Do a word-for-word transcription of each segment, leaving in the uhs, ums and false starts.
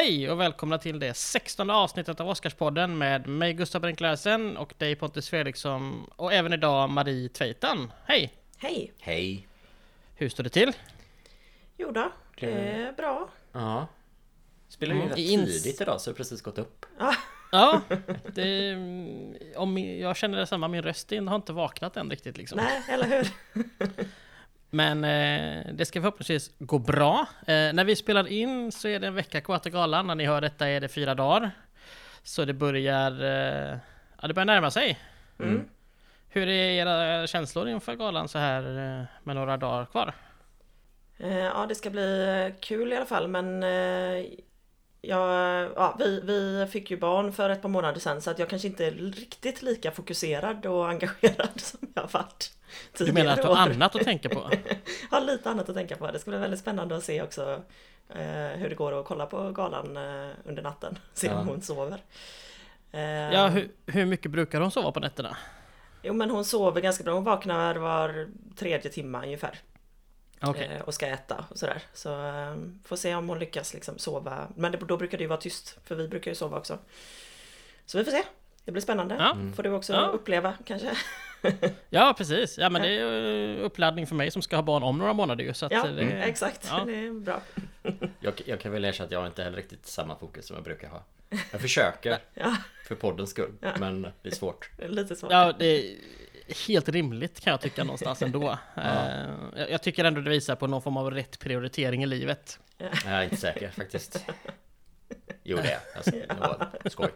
Hej och välkomna till det sextonde avsnittet av Oscarspodden med mig Gustav Brinklösen och dig Pontus Fredriksson och även idag Marie Tveitan. Hej! Hej! Hej! Hur står det till? Jo då, det är bra. Ja. Spelar ju Mm, rätt ins- tidigt idag så det har precis gått upp. Ja, Ja, det, om jag känner detsamma, min röst har inte vaknat än riktigt liksom. nej, eller hur? Men eh, det ska förhoppningsvis gå bra. Eh, när vi spelar in så är det en vecka kvar till galan. När ni hör detta är det fyra dagar. Så det börjar, eh, ja, det börjar närma sig. Mm. Hur är era känslor inför galan så här eh, med några dagar kvar? Eh, Ja, det ska bli kul i alla fall, men eh, ja, ja, vi, vi fick ju barn för ett par månader sedan så att jag kanske inte är riktigt lika fokuserad och engagerad som jag har varit Du tidigare menar att du har år. annat att tänka på? Jag har lite annat att tänka på. Det ska bli väldigt spännande att se också eh, hur det går att kolla på galan eh, under natten. Se Ja. om hon sover. Eh, Ja, hur, hur mycket brukar hon sova på nätterna? Jo, men hon sover ganska bra. Hon vaknar var tredje timme ungefär. Okej. eh, och ska äta och sådär. Så eh, får se om hon lyckas liksom sova. Men det, då brukar det ju vara tyst, för vi brukar ju sova också. Så vi får se. Det blir spännande. Ja. Får du också Ja. uppleva kanske. Ja, precis. Ja, men det är ju uppladdning för mig som ska ha barn om några månader ju. Så att Ja, det, exakt. ja. Det är bra. Jag, jag kan väl erkänna att jag inte heller riktigt samma fokus som jag brukar ha. Jag försöker Ja, för poddens skull, men det är svårt. det är lite svårt. Ja, det är helt rimligt kan jag tycka någonstans ändå. Ja. Eh, jag, jag tycker ändå det visar på någon form av rätt prioritering i livet. Jag är inte säker faktiskt. Jo det är jag. Jag var skoj.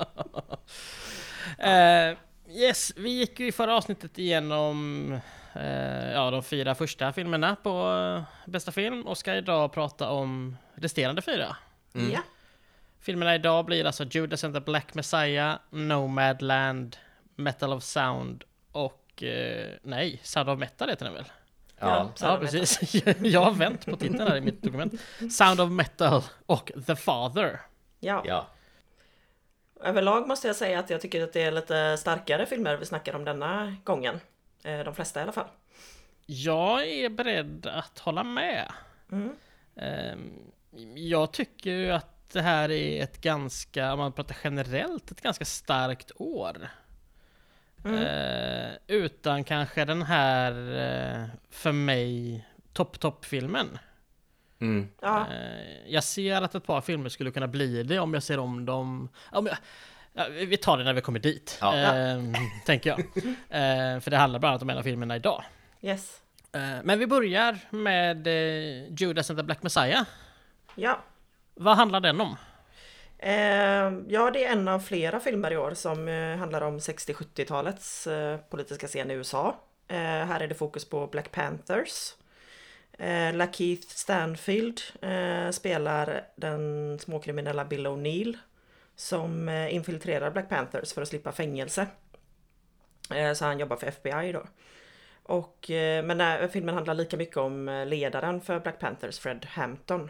Eh, yes, vi gick ju i förra avsnittet igenom eh, ja, de fyra första filmerna på eh, bästa film och ska idag prata om resterande fyra. Mm. Ja. Filmerna idag blir alltså Judas and the Black Messiah, Nomadland, Metal of Sound och eh, nej, Sound of Metal heter den väl? Ja, Sound Ja, of Metal. precis. Jag har vänt på titeln här i mitt dokument. Sound of Metal och The Father. Ja. ja. Överlag måste jag säga att jag tycker att det är lite starkare filmer vi snackar om denna gången. Eh, De flesta i alla fall. Jag är beredd att hålla med. Mm. Ehm, Jag tycker ju att det här är ett ganska, om man pratar generellt, ett ganska starkt år. Mm. Eh, utan kanske den här, eh, för mig, topp-topp-filmen. Mm. Ja. Eh, jag ser att ett par filmer skulle kunna bli det om jag ser om dem. Om jag, ja, vi tar det när vi kommer dit, Ja. eh, tänker jag. Eh, för det handlar bland annat om en av filmerna idag. Yes. Eh, men vi börjar med eh, Judas and the Black Messiah. Ja. Vad handlar den om? Eh, ja, det är en av flera filmer i år som eh, handlar om sextio-sjuttiotalets eh, politiska scen i U S A. Eh, här är det fokus på Black Panthers. Eh, Lakeith Stanfield eh, spelar den småkriminella Bill O'Neill som eh, infiltrerar Black Panthers för att slippa fängelse. Eh, så han jobbar för F B I då. Och, eh, men äh, filmen handlar lika mycket om eh, ledaren för Black Panthers, Fred Hampton.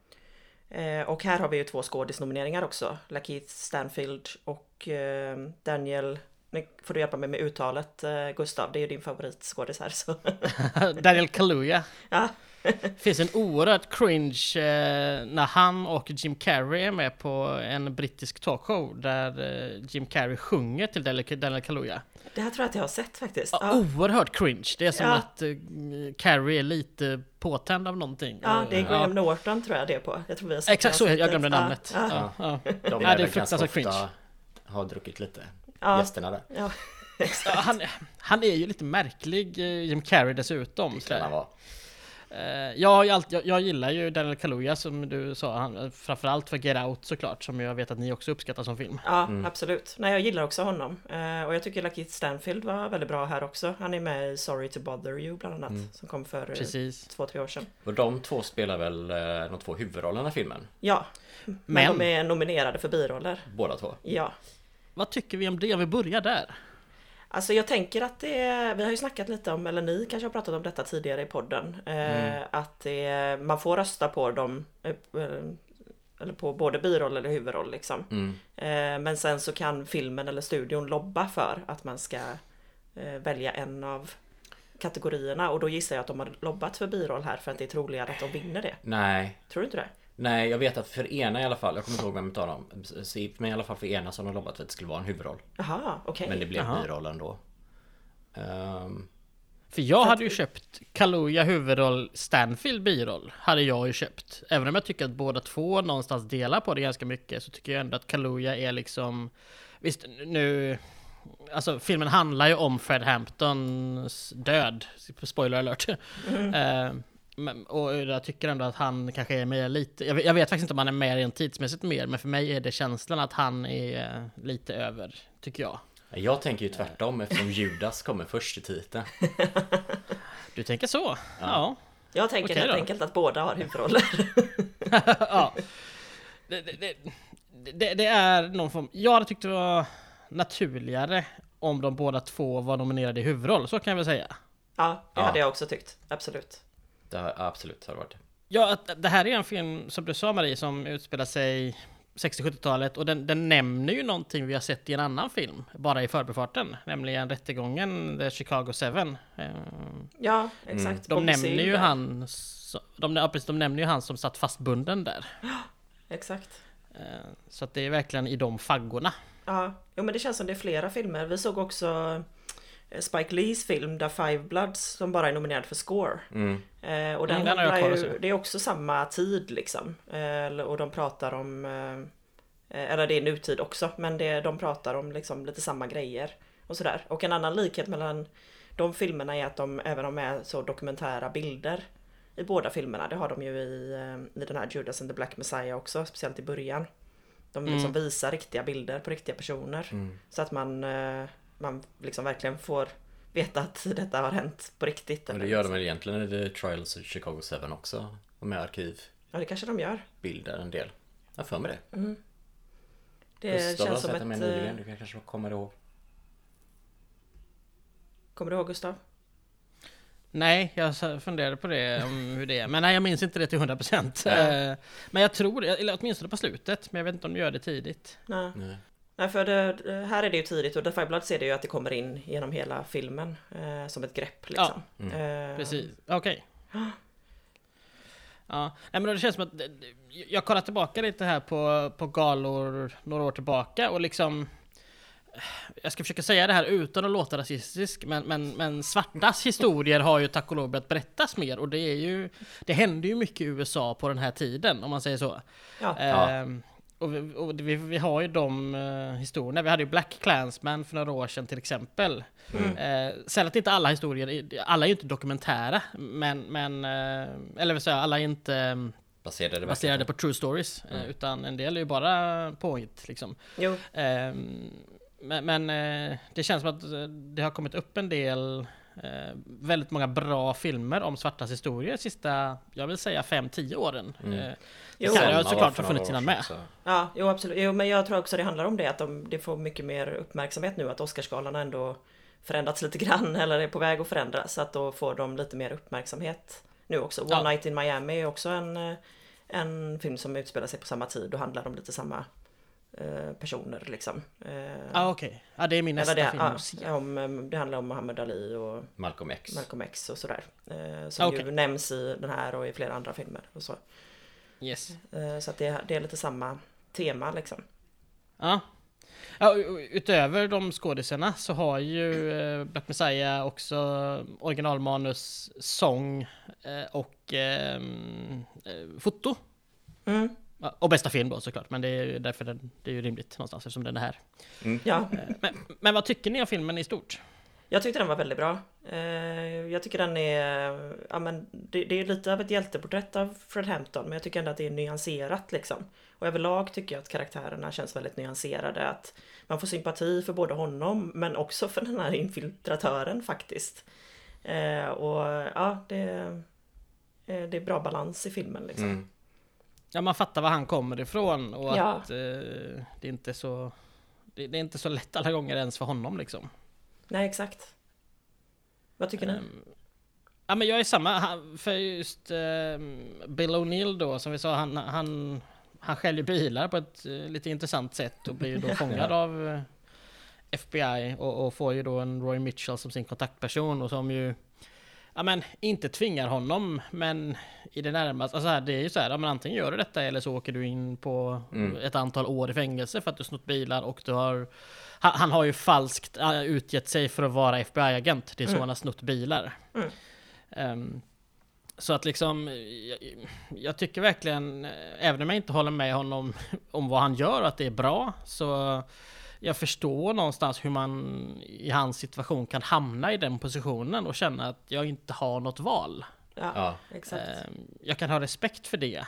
Eh, och här har vi ju två skådisnomineringar också. Lakeith Stanfield och eh, Daniel... Nu får du hjälpa mig med uttalet, eh, Gustav. Det är ju din favoritskådis här. Så. Daniel Kaluuya. Ja. Det finns en oerhört cringe eh, när han och Jim Carrey är med på en brittisk talkshow där eh, Jim Carrey sjunger till Daniel, Daniel Kaluuya. Det här tror jag att jag har sett faktiskt. Ja, Ja, oerhört cringe. Det är som Ja. att eh, Carrey är lite påtänd av någonting. ja det är Graham Ja. Norton tror jag det är på. Jag tror vi har sett Exakt det så, här jag glömde sättet. namnet. Ja, Ja, ja. De Ja, är det är väl ganska fruktansvärt ofta cringe. har druckit lite. ja, Gästerna där. ja. Ja, han, han är ju lite märklig, eh, Jim Carrey dessutom. Det sådär. kan han vara. Eh, jag, har ju alltid, jag, jag gillar ju Daniel Kaluuya som du sa, han, framförallt för Get Out såklart, som jag vet att ni också uppskattar som film. Ja, Mm. absolut. Nej, jag gillar också honom. Eh, och jag tycker Lakeith Stanfield var väldigt bra här också. Han är med i Sorry to Bother You bland annat. Mm. Som kom för eh, Precis. två, tre år sedan. Och de två spelar väl eh, de två huvudrollerna i filmen? Ja, men, Men- de är nominerade för biroller. Båda två. Ja. Vad tycker vi om det? Vi börjar där. Alltså jag tänker att det är, vi har ju snackat lite om, eller ni kanske har pratat om detta tidigare i podden. Eh, Mm. att det är, man får rösta på dem, eh, eller på både biroll eller huvudroll liksom. Mm. Eh, men sen så kan filmen eller studion lobba för att man ska eh, välja en av kategorierna. Och då gissar jag att de har lobbat för biroll här för att det är troligare att de vinner det. Nej, Tror du inte det? Nej, jag vet att för ena i alla fall, jag kommer inte ihåg vem av dem, men i alla fall för ena som har lovat att det skulle vara en huvudroll. Jaha, okej. Okay. Men det blev Jaha. biroll ändå. Um, För jag hade ju köpt Kaluuya huvudroll, Stanfield biroll. Hade jag ju köpt. Även om jag tycker att båda två någonstans delar på det ganska mycket, så tycker jag ändå att Kaluuya är liksom... Visst, nu... Alltså filmen handlar ju om Fred Hamptons död. Spoiler alert. Mm. uh, men, och jag tycker ändå att han kanske är mer lite... Jag vet, jag vet faktiskt inte om han är mer rent tidsmässigt mer, men för mig är det känslan att han är lite över, tycker jag. Jag tänker ju tvärtom eftersom Judas kommer först i titeln. Du tänker så? Ja. ja. Jag tänker Okej, helt då. enkelt att båda har huvudroller. ja. Det, det, det, det är någon form... Jag hade tyckt det var naturligare om de båda två var nominerade i huvudroll, så kan jag väl säga. Ja, det ja. hade jag också tyckt. Absolut. Det har, absolut har det varit det. Ja, det här är en film, som du sa Marie, som utspelar sig sextio-sjuttiotalet, och den, den nämner ju någonting vi har sett i en annan film, bara i förbifarten, nämligen rättegången The Chicago Seven. Ja, exakt. De nämner ju han, de, ja, precis, de nämner ju han som satt fastbunden där. Exakt. Så att det är verkligen i de faggorna. Ja, jo, men det känns som det är flera filmer. Vi såg också Spike Lees film The Five Bloods som bara är nominerad för score. Mm. Eh, och den, mm, den har jag ju, det är också samma tid liksom. Eh, och de pratar om, eh, eller det är nutid också, men det, de pratar om liksom lite samma grejer och sådär. Och en annan likhet mellan de filmerna är att de även de är så dokumentära bilder i båda filmerna. Det har de ju i, i den här Judas and the Black Messiah också, speciellt i början. De liksom mm. visar riktiga bilder på riktiga personer. Mm. Så att man, man liksom verkligen får veta att detta har hänt på riktigt. Men det gör de väl egentligen i The Trials of Chicago Seven också. Och med arkiv. Ja, det kanske de gör. Bilder en del. Jag får med det. Mm. Det Gustav känns som ett... Nyligen. Du kanske kommer ihåg. Kommer du ihåg, Gustav? Nej, jag funderade på det, om hur det är. Men nej, jag minns inte det till hundra procent. Mm. Men jag tror det, eller åtminstone på slutet. Men jag vet inte om de gör det tidigt. Nej, nej. nej för det, här är det ju tidigt. Och The Five Bloods ser det ju att det kommer in genom hela filmen. Eh, som ett grepp liksom. Ja, mm. eh, precis. Okej. Okay. Ja, nej, men det känns som att jag kollar tillbaka lite här på, på galor några år tillbaka. Och liksom... Jag ska försöka säga det här utan att låta rasistisk, men, men, men svartas historier har ju tack och lov börjat berättas mer, och det är ju, det hände ju mycket i U S A på den här tiden, om man säger så. Ja. Eh, och vi, och vi, vi har ju de uh, historierna. Vi hade ju Black Klansman för några år sedan till exempel. Mm. Eh, sen att inte alla historier, alla är ju inte dokumentära, men, men uh, eller vill säga, alla är inte baserade, baserade på true stories, mm. utan en del är ju bara påhitt liksom. Jo. Eh, Men, men eh, det känns som att det har kommit upp en del eh, väldigt många bra filmer om svartas historier sista, jag vill säga fem till tio åren. Mm. Eh, jo, det kan jag såklart ha funnits innan med. Ja, jo, absolut. Jo, men jag tror också det handlar om det, att de, det får mycket mer uppmärksamhet nu, att Oscarsgalan ändå förändrats lite grann, eller är på väg att förändras, så att då får de lite mer uppmärksamhet nu också. One ja. Night in Miami är också en, en film som utspelar sig på samma tid och handlar om lite samma personer liksom. Ja, ah, okej. Okay. Ja, det är min nästa det, film att se. Ja, om, det handlar om Muhammad Ali och Malcolm X. Malcolm X och sådär. Eh, som ah, okay. ju nämns i den här och i flera andra filmer och så. Yes. Eh, så att det, det är lite samma tema liksom. Ja. Ja, utöver de skådisarna så har ju eh, Black Messiah också originalmanus, sång eh, och eh, foto. Mm. Och bästa film då såklart, men det är därför det, det är ju rimligt någonstans eftersom den är här. Mm. Ja. Men, men vad tycker ni om filmen i stort? Jag tyckte den var väldigt bra. Jag tycker den är, ja men det, det är lite av ett hjälteporträtt av Fred Hampton, men jag tycker ändå att det är nyanserat liksom. Och överlag tycker jag att karaktärerna känns väldigt nyanserade, att man får sympati för både honom men också för den här infiltratören faktiskt. Och ja, det, det är bra balans i filmen liksom. Mm. Ja, man fattar var han kommer ifrån och ja. att eh, det är inte så det, det är inte så lätt alla gånger ens för honom liksom. Nej, exakt. Vad tycker um, ni? Ja, men jag är samma för just eh, Bill O'Neill då, som vi sa, han han han skäljer bilar på ett eh, lite intressant sätt och blir ju då fångad av eh, F B I och, och får ju då en Roy Mitchell som sin kontaktperson, och som ju ja men inte tvingar honom, men i det närmaste, alltså här, det är ju så här, ja, men antingen gör du detta eller så åker du in på mm. ett antal år i fängelse för att du snott bilar och du har, han, han har ju falskt utgett sig för att vara F B I-agent, det är så mm. han har snott bilar. Mm. Um, så att liksom, jag, jag tycker verkligen, även om jag inte håller med honom om vad han gör och att det är bra, så jag förstår någonstans hur man i hans situation kan hamna i den positionen och känna att jag inte har något val. Ja, ja. Exakt. Jag kan ha respekt för det.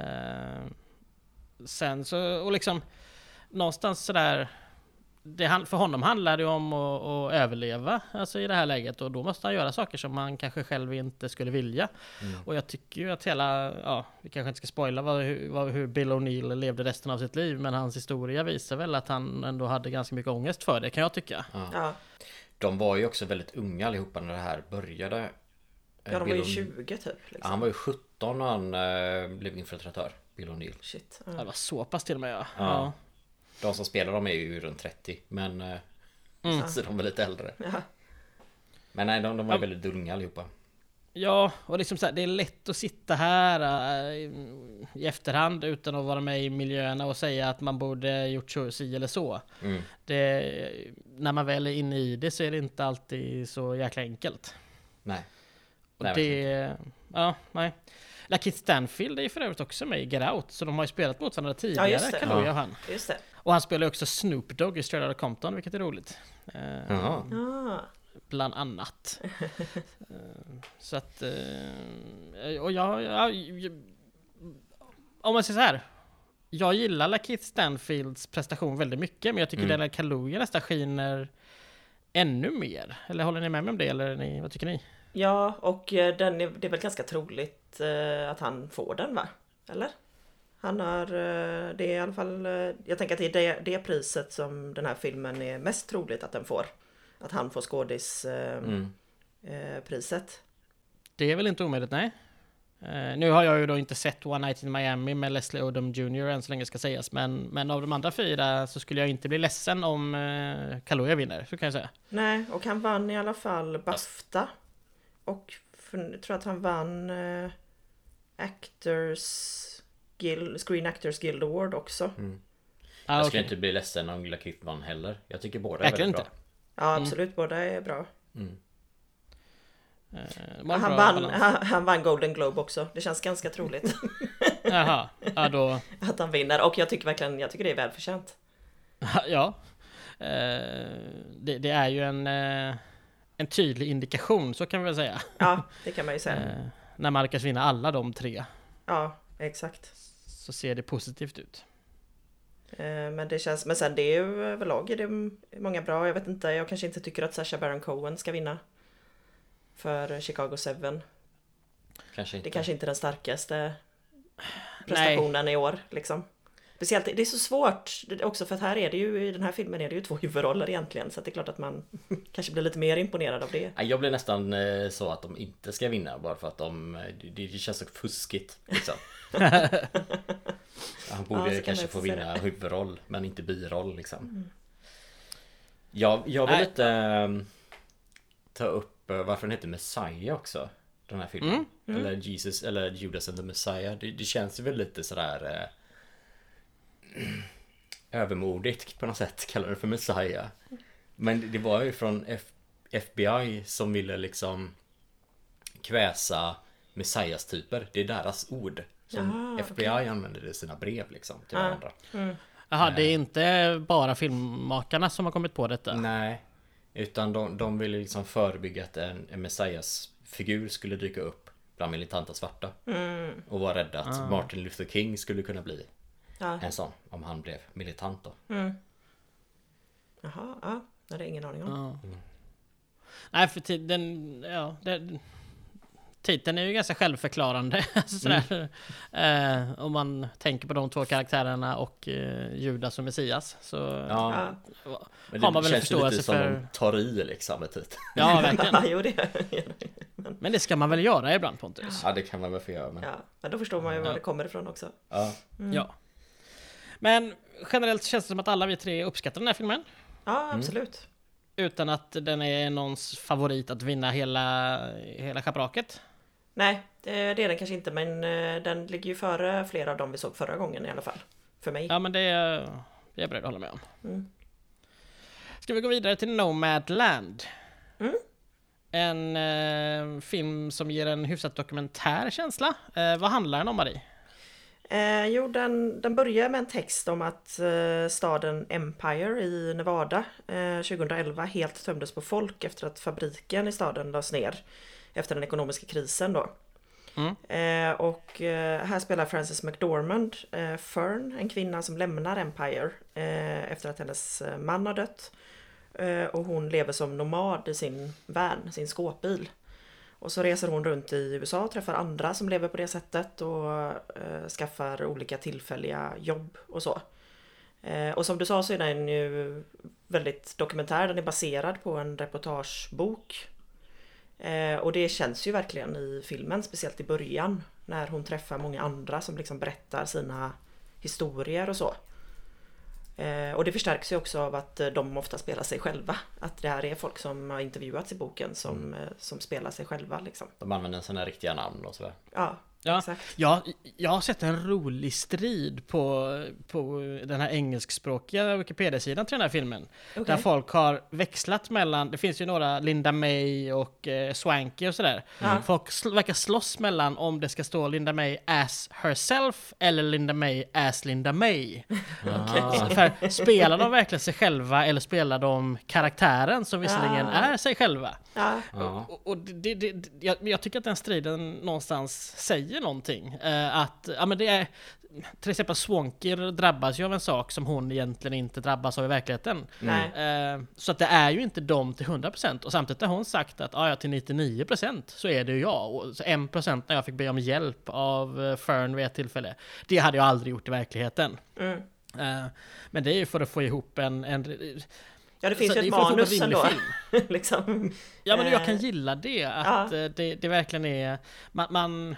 Sen så, och liksom någonstans sådär, det, för honom handlar det om att, att överleva alltså i det här läget, och då måste han göra saker som man kanske själv inte skulle vilja. Mm. Och jag tycker ju att hela, ja, vi kanske inte ska spoila vad, vad, hur Bill O'Neill levde resten av sitt liv, men hans historia visar väl att han ändå hade ganska mycket ångest för det, kan jag tycka. Ja. Ja. De var ju också väldigt unga allihopa när det här började. Ja, de var ju tjugo typ. Liksom. Ja, han var ju sjutton när han äh, blev infiltratör, Bill O'Neill. Shit. Ja. Det var så pass till och med, ja. Ja. Ja. De som spelar dem är ju runt trettio, men mm. så de är lite äldre. Ja. Men nej, de, de var ja. väldigt unga allihopa. Ja, och liksom så här, det är lätt att sitta här äh, i efterhand utan att vara med i miljöerna och säga att man borde gjort så, si eller så. Mm. Det, när man väl är inne i det så är det inte alltid så jäkla enkelt. Nej. Och nej, det, ja, nej. Lakeith Stanfield är ju för övrigt också med i Get Out, så de har ju spelat mot varandra tidigare, ja, kan ja. han. Just det. Och han spelar ju också Snoop Dogg i Straight Outta Compton, vilket är roligt. Ja. Uh, bland annat. uh, så att uh, och jag, jag, jag om man säger så här, jag gillar Lakeith Stanfields prestation väldigt mycket, men jag tycker mm. Daniel Kaluuya nästan skiner ännu mer. Eller håller ni med mig om det, eller ni, vad tycker ni? Ja, och den är, det är väl ganska troligt eh, att han får den, va? Eller? Han har, eh, det är i alla fall, eh, jag tänker att det är det, det priset som den här filmen är mest troligt att den får. Att han får skådis eh, mm. eh, priset. Det är väl inte omöjligt, nej. Uh, nu har jag ju då inte sett One Night in Miami med Leslie Odom junior än så länge ska sägas, men, men av de andra fyra så skulle jag inte bli ledsen om uh, Kaluuya vinner, så kan jag säga. Nej, och han vann i alla fall BAFTA. Och för, jag tror att han vann uh, Actors Guild, Screen Actors Guild Award också. Mm. Ah, jag skulle okay. inte bli ledsen om Lakeith vann heller. Jag tycker båda är verkligen väldigt inte. bra. Ja, absolut. Mm. Båda är bra. Mm. Uh, han, vann, han, han vann Golden Globe också. Det känns ganska troligt. Jaha, ja då. Att han vinner. Och jag tycker verkligen, jag tycker det är välförtjänt. Ja. Uh, det, det är ju en, uh, en tydlig indikation, så kan vi väl säga. Ja, det kan man ju säga. Uh, när man lyckas vinna alla de tre. Ja, exakt. Så ser det positivt ut. Uh, men det känns, men sen det är ju överlag är det många bra. Jag vet inte, jag kanske inte tycker att Sacha Baron Cohen ska vinna för Chicago seven. Kanske inte. Det är kanske inte den starkaste prestationen Nej. i år liksom. Speciellt, det är så svårt också för att här är det ju, i den här filmen är det ju två huvudroller egentligen, så att det är klart att man kanske blir lite mer imponerad av det. Jag blir nästan så att de inte ska vinna bara för att de, det känns så fuskigt liksom. Han borde ja, kanske få vinna det. Huvudroll men inte biroll liksom. Mm. Jag, jag vill inte äh, ta upp varför den heter Messiah också, den här filmen. Mm, mm. Eller Jesus, eller Judas and the Messiah. Det, det känns ju väl lite sådär eh, övermodigt på något sätt, kallar det för Messiah. Men det var ju från F- F B I som ville liksom kväsa Messiahs typer. Det är deras ord som Aha, F B I okay. använder i sina brev liksom till ah, varandra. Mm. Jaha, det är inte bara filmmakarna som har kommit på detta? Nej. Utan de, de ville liksom förebygga att en, en Messias figur skulle dyka upp bland militanta svarta. Mm. Och var rädda att ah. Martin Luther King skulle kunna bli ja. en sån om han blev militant då. Mm. Jaha, ja. Det är ingen aning om. Ah. Mm. Nej, för tiden, ja, det, titeln är ju ganska självförklarande. Sådär. Mm. Eh, om man tänker på de två karaktärerna och eh, Judas och Messias. Så ja. Ja, men det har man väl känns förståelse lite som för... de tar i liksom ett tid. Ja, verkligen. jo, det men... men det ska man väl göra ibland, Pontus? Ja, det kan man väl få göra. Men, ja, men då förstår man ju var det kommer ifrån också. Ja. Mm. ja. Men generellt känns det som att alla vi tre uppskattar den här filmen. Ja, absolut. Utan att den är någons favorit att vinna hela, hela schabraket. Nej, det, det är den kanske inte, men den ligger ju före flera av dem vi såg förra gången i alla fall. För mig. Ja, men det är, det är jag beredd att hålla med om. Mm. Ska vi gå vidare till Nomadland? Mm. En eh, film som ger en hyfsat dokumentär känsla. Eh, vad handlar den om, Marie? Eh, jo, den, den börjar med en text om att eh, staden Empire i Nevada eh, tjugoelva helt tömdes på folk efter att fabriken i staden lades ner efter den ekonomiska krisen då. Mm. Eh, och eh, här spelar Frances McDormand eh, Fern, en kvinna som lämnar Empire eh, efter att hennes man har dött. Eh, och hon lever som nomad i sin van, sin skåpbil. Och så reser hon runt i U S A och träffar andra som lever på det sättet och eh, skaffar olika tillfälliga jobb och så. Eh, och som du sa så är den ju väldigt dokumentär, den är baserad på en reportagebok. Eh, och det känns ju verkligen i filmen, speciellt i början när hon träffar många andra som liksom berättar sina historier och så. Eh, och det förstärks ju också av att de ofta spelar sig själva. Att det här är folk som har intervjuats i boken som, mm. eh, som spelar sig själva liksom. De använder sina riktiga namn och sådär. Ja, ja, exakt. Ja, jag har sett en rolig strid på, på den här engelskspråkiga Wikipedia-sidan till den här filmen. Okay. Där folk har växlat mellan, det finns ju några Linda May och eh, Swanky och sådär. Mm. Folk sl- verkar slåss mellan om det ska stå Linda May as herself eller Linda May as Linda May. Okay. För spelar de verkligen sig själva eller spelar de karaktären som visserligen ah. är sig själva? Ah. Och, och det, det, det, jag, jag tycker att den striden någonstans säger någonting. Uh, att, ja men det är, till exempel Swanky drabbas ju av en sak som hon egentligen inte drabbas av i verkligheten. Mm. Uh, så att det är ju inte dem till hundra procent. Och samtidigt har hon sagt att ja, till nittionio procent så är det ju jag. Och så en procent när jag fick be om hjälp av Fern vid ett tillfälle. Det hade jag aldrig gjort i verkligheten. Mm. Uh, men det är ju för att få ihop en... en ja, det finns ju ett manus ändå. liksom. Ja, men jag kan gilla det. Att ja. det, det verkligen är... Man, man,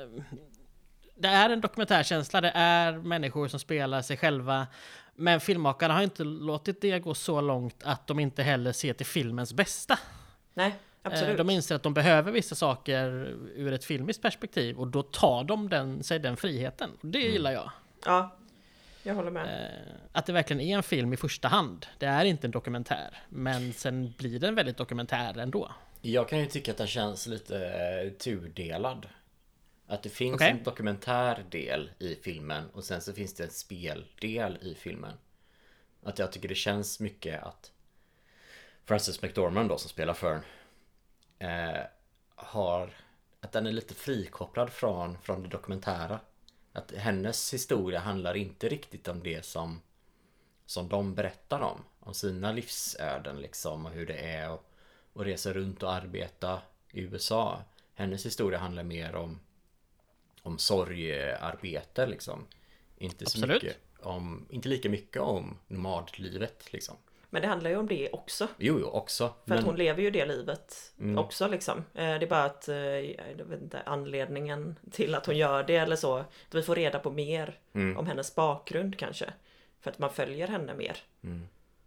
det är en dokumentärkänsla. Det är människor som spelar sig själva. Men filmmakarna har inte låtit det gå så långt att de inte heller ser till filmens bästa. Nej, absolut. De inser att de behöver vissa saker ur ett filmiskt perspektiv. Och då tar de den, sig den friheten. Det mm. gillar jag. Ja. Jag håller med. Att det verkligen är en film i första hand. Det är inte en dokumentär. Men sen blir den väldigt dokumentär ändå. Jag kan ju tycka att den känns lite tudelad. Att det finns okay. en dokumentärdel i filmen. Och sen så finns det en speldel i filmen. Att jag tycker det känns mycket att Frances McDormand då, som spelar Fern, eh, har... Att den är lite frikopplad från, från det dokumentära. Att hennes historia handlar inte riktigt om det som som de berättar om. Om sina livsöden liksom, och hur det är att, att resa runt och arbeta i U S A. Hennes historia handlar mer om om sorgarbete liksom. Inte så Absolut. mycket om, inte lika mycket om nomadlivet liksom. Men det handlar ju om det också. Jo, jo, också. För men... att hon lever ju det livet mm. också liksom. Det är bara att, jag vet inte, anledningen till att hon gör det eller så. Att vi får reda på mer mm. om hennes bakgrund kanske. För att man följer henne mer. Mm.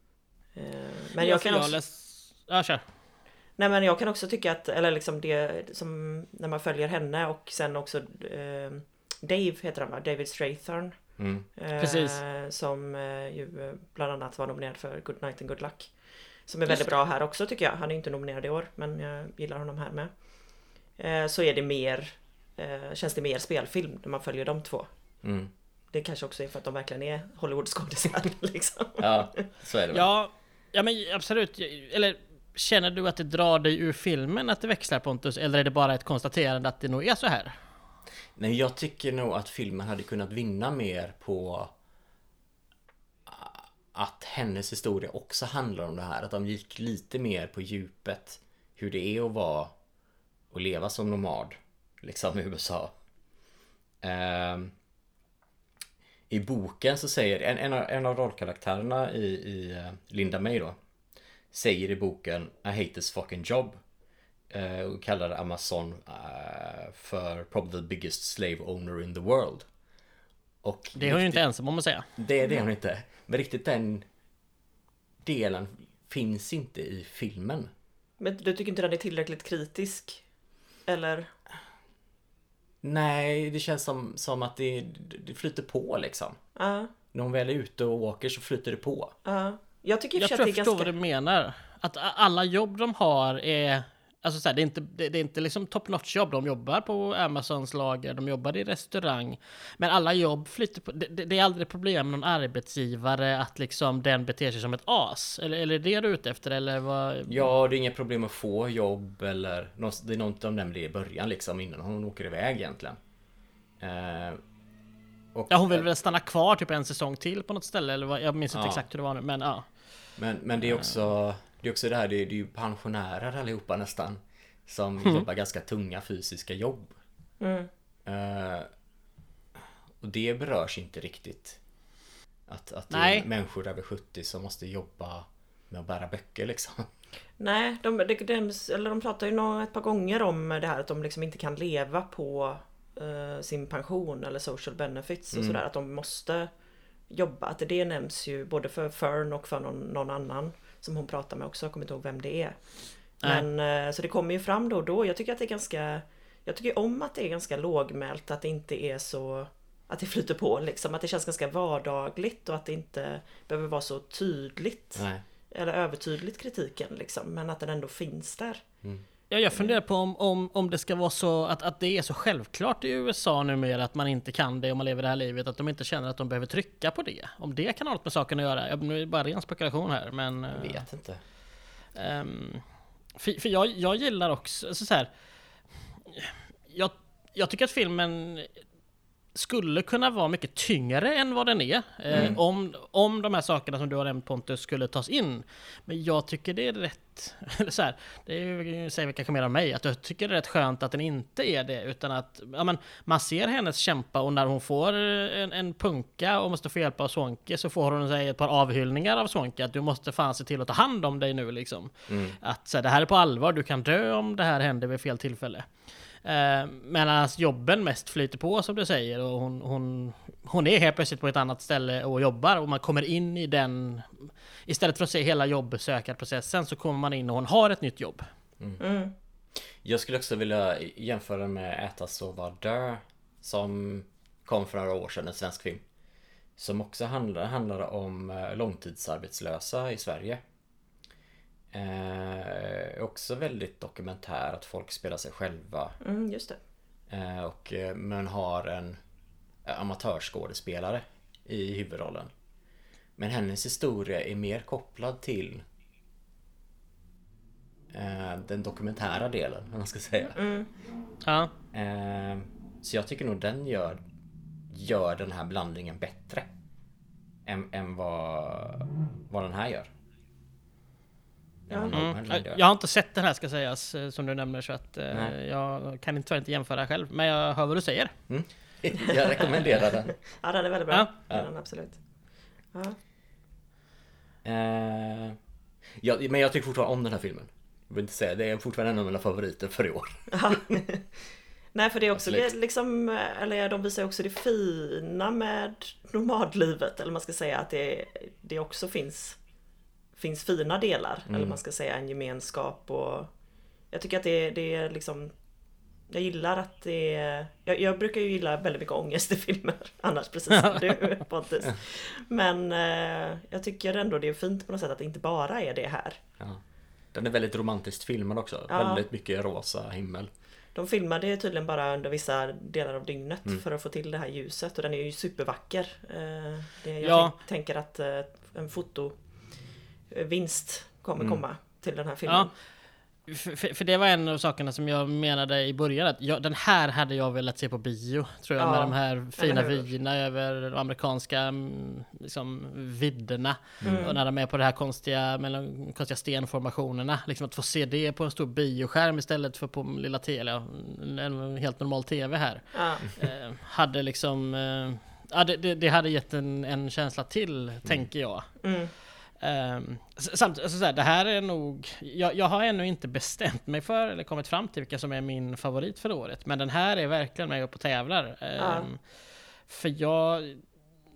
Men jag kan jag också... läs... Ja, kör. Nej, men jag kan också tycka att, eller liksom det som när man följer henne och sen också eh, Dave heter han va? David Strathern. Mm. Eh, Precis. Som eh, ju bland annat var nominerad för Good Night and Good Luck. Som är väldigt bra här också tycker jag. Han är inte nominerad i år, men jag gillar honom här med. Eh, så är det mer, eh, känns det mer spelfilm när man följer de två. Mm. Det kanske också är för att de verkligen är Hollywood-skådisar liksom. Ja, så är det väl. Ja, ja men absolut. Eller känner du att det drar dig ur filmen att det växlar, Pontus? Eller är det bara ett konstaterande att det nog är så här? Nej, jag tycker nog att filmen hade kunnat vinna mer på att hennes historia också handlar om det här. Att de gick lite mer på djupet hur det är att vara och leva som nomad liksom i U S A. Um, I boken så säger en, en, av, en av rollkaraktärerna i, i Linda May då säger i boken I hate this fucking job. Uh, och kallar Amazon uh, för probably the biggest slave owner in the world. Och det är hon ju inte ensam om att säga. Det är det hon inte. Men riktigt den delen finns inte i filmen. Men du tycker inte den är tillräckligt kritisk? Eller? Nej, det känns som, som att det, det flyter på liksom. Ja. Uh. När hon väl är ute och åker så flyter det på. Ja. Uh. Jag tycker jag tror jag att det är förstår ganska... vad du menar. Att alla jobb de har är... Alltså så här, det är inte, det, det är inte liksom top notch jobb. De jobbar på Amazons lager, de jobbar i restaurang. Men alla jobb flyter på... Det, det är aldrig problem med någon arbetsgivare att liksom den beter sig som ett as. Eller, eller är det du är ute efter? Eller vad... Ja, det är inga problem att få jobb eller... Det är något de nämnde i början liksom innan hon åker iväg egentligen. Eh, och, ja, hon vill väl stanna kvar typ en säsong till på något ställe. Eller vad, jag minns inte ja. exakt hur det var nu, men ja. Men, men det är också... Det är också det här, det är, det är ju pensionärer allihopa nästan. Som mm. jobbar ganska tunga fysiska jobb. Mm. Uh, och det berörs inte riktigt. Att, att det Nej. är människor över sjuttio som måste jobba med att bära böcker liksom. Nej, de, de, de, eller de pratar ju nog ett par gånger om det här att de liksom inte kan leva på uh, sin pension eller social benefits och mm. sådär. Att de måste jobba. Att det nämns ju både för Fern och för någon, någon annan som hon pratar med också. Jag kommer inte ihåg vem det är. Men uh, så det kommer ju fram då och då. Jag tycker att det är ganska... Jag tycker om att det är ganska lågmält. Att det inte är så... Att det flyter på liksom. Att det känns ganska vardagligt och att det inte behöver vara så tydligt. Nej. Eller övertydligt kritiken liksom. Men att den ändå finns där. Mm. Ja, jag funderar på om, om, om det ska vara så att, att det är så självklart i U S A numera att man inte kan det om man lever det här livet. Att de inte känner att de behöver trycka på det. Om det kan ha något med saken att göra. Jag, nu är det bara ren spekulation här. Men, jag vet inte. Um, för för jag, jag gillar också alltså så här, jag, jag tycker att filmen skulle kunna vara mycket tyngre än vad den är. Mm. Eh, om, om de här sakerna som du har nämnt, Pontus, skulle tas in. Men jag tycker det är rätt... så här, det är ju, säger vi kanske mer om mig, att jag tycker det är rätt skönt att den inte är det. Utan att ja, men, man ser hennes kämpa och när hon får en, en punka och måste få hjälp av Sonke så får hon säga ett par avhyllningar av Sonke. Att du måste fan se till att ta hand om dig nu liksom. Mm. Att så här, det här är på allvar, du kan dö om det här händer vid fel tillfälle. Medan jobben mest flyter på som du säger och hon, hon, hon är helt plötsligt på ett annat ställe och jobbar och man kommer in i den istället för att se hela jobbsökarprocessen så kommer man in och hon har ett nytt jobb. Mm. Mm. Jag skulle också vilja jämföra med Äta, sova, dö som kom för några år sedan, en svensk film som också handlar, handlar om långtidsarbetslösa i Sverige. Eh, också väldigt dokumentär att folk spelar sig själva. Mm, just det. Eh, och man har en amatörskådespelare i huvudrollen. Men hennes historia är mer kopplad till eh, den dokumentära delen, om man ska säga. Mm. Ja. Eh, så jag tycker nog den gör gör den här blandningen bättre än, än vad, vad den här gör. Mm. Jag har inte sett den här ska sägas som du nämner så att Nej. jag kan inte, inte jämföra själv men jag hör vad du säger. Mm. Jag rekommenderar den. Ja, den är väldigt bra. Ja. Ja. Den, absolut. Ja. Uh, ja, men jag tycker fortfarande om den här filmen. Jag vill inte säga, det är fortfarande en av mina favoriter för i år. Nej, för det är också liksom, eller de visar också det fina med nomadlivet, eller man ska säga att det, det också finns finns fina delar, mm. eller man ska säga en gemenskap och jag tycker att det, det är liksom jag gillar att det är, jag, jag brukar ju gilla väldigt mycket ångest i filmer annars precis som du Pontus. Men eh, jag tycker ändå det är fint på något sätt att det inte bara är det här. Ja. Den är väldigt romantiskt filmad också, ja. Väldigt mycket rosa himmel. De filmade ju tydligen bara under vissa delar av dygnet mm. för att få till det här ljuset och den är ju supervacker. Eh, det, jag ja. tänk, tänker att eh, en foto vinst kommer mm. komma till den här filmen. Ja, för, för det var en av sakerna som jag menade i början att jag, den här hade jag velat se på bio tror jag, ja. Med de här fina vyerna över de amerikanska liksom, vidderna mm. och när de är på det här konstiga, mellan, konstiga stenformationerna liksom att få se det på en stor bioskärm istället för på lilla tele, en helt normal tv här ja. eh, hade liksom eh, ja, det, det, det hade gett en, en känsla till mm. tänker jag. Mm. Um, samt, alltså så här, det här är nog jag, jag har ännu inte bestämt mig för eller kommit fram till vilka som är min favorit för året, men den här är verkligen med upp och tävlar um, ja. för jag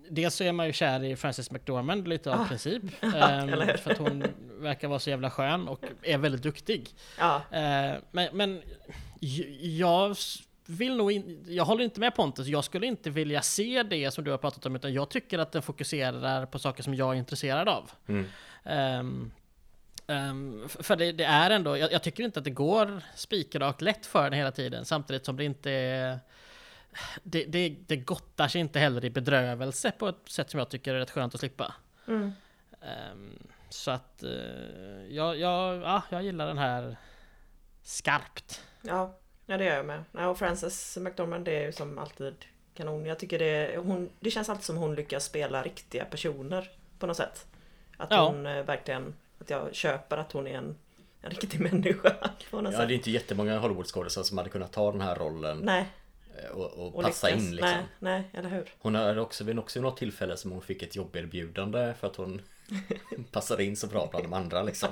dels så är man ju kär i Frances McDormand lite av Ah. princip. Ja, um, eller hur? för att hon verkar vara så jävla skön och är väldigt duktig. Ja, Uh, men, men j- jag vill nog in, jag håller inte med Pontus. Jag skulle inte vilja se det som du har pratat om, utan jag tycker att den fokuserar på saker som jag är intresserad av. Mm. Um, um, f- för det, det är ändå, jag, jag tycker inte att det går spikrakt lätt för den hela tiden, samtidigt som det inte är, det, det, det gottar sig inte heller i bedrövelse på ett sätt som jag tycker är rätt skönt att slippa. mm. Um, så att uh, jag, jag, ja, jag gillar den här skarpt. Ja, ja det gör jag med. Ja, och Frances McDormand, det är ju som alltid kanon. Jag tycker det, hon, det känns alltid som hon lyckas spela riktiga personer på något sätt. Att Ja. hon eh, verkligen, att jag köper att hon är en, en riktig människa på något Ja, sätt. det är inte jättemånga Hollywoodskådespelare som hade kunnat ta den här rollen Nej, och, och, och passa lyckas. in liksom. Nej, nej, eller hur? Hon har också vid också vid något tillfälle som hon fick ett jobberbjudande för att hon passade in så bra bland de andra liksom.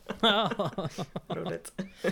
Roligt.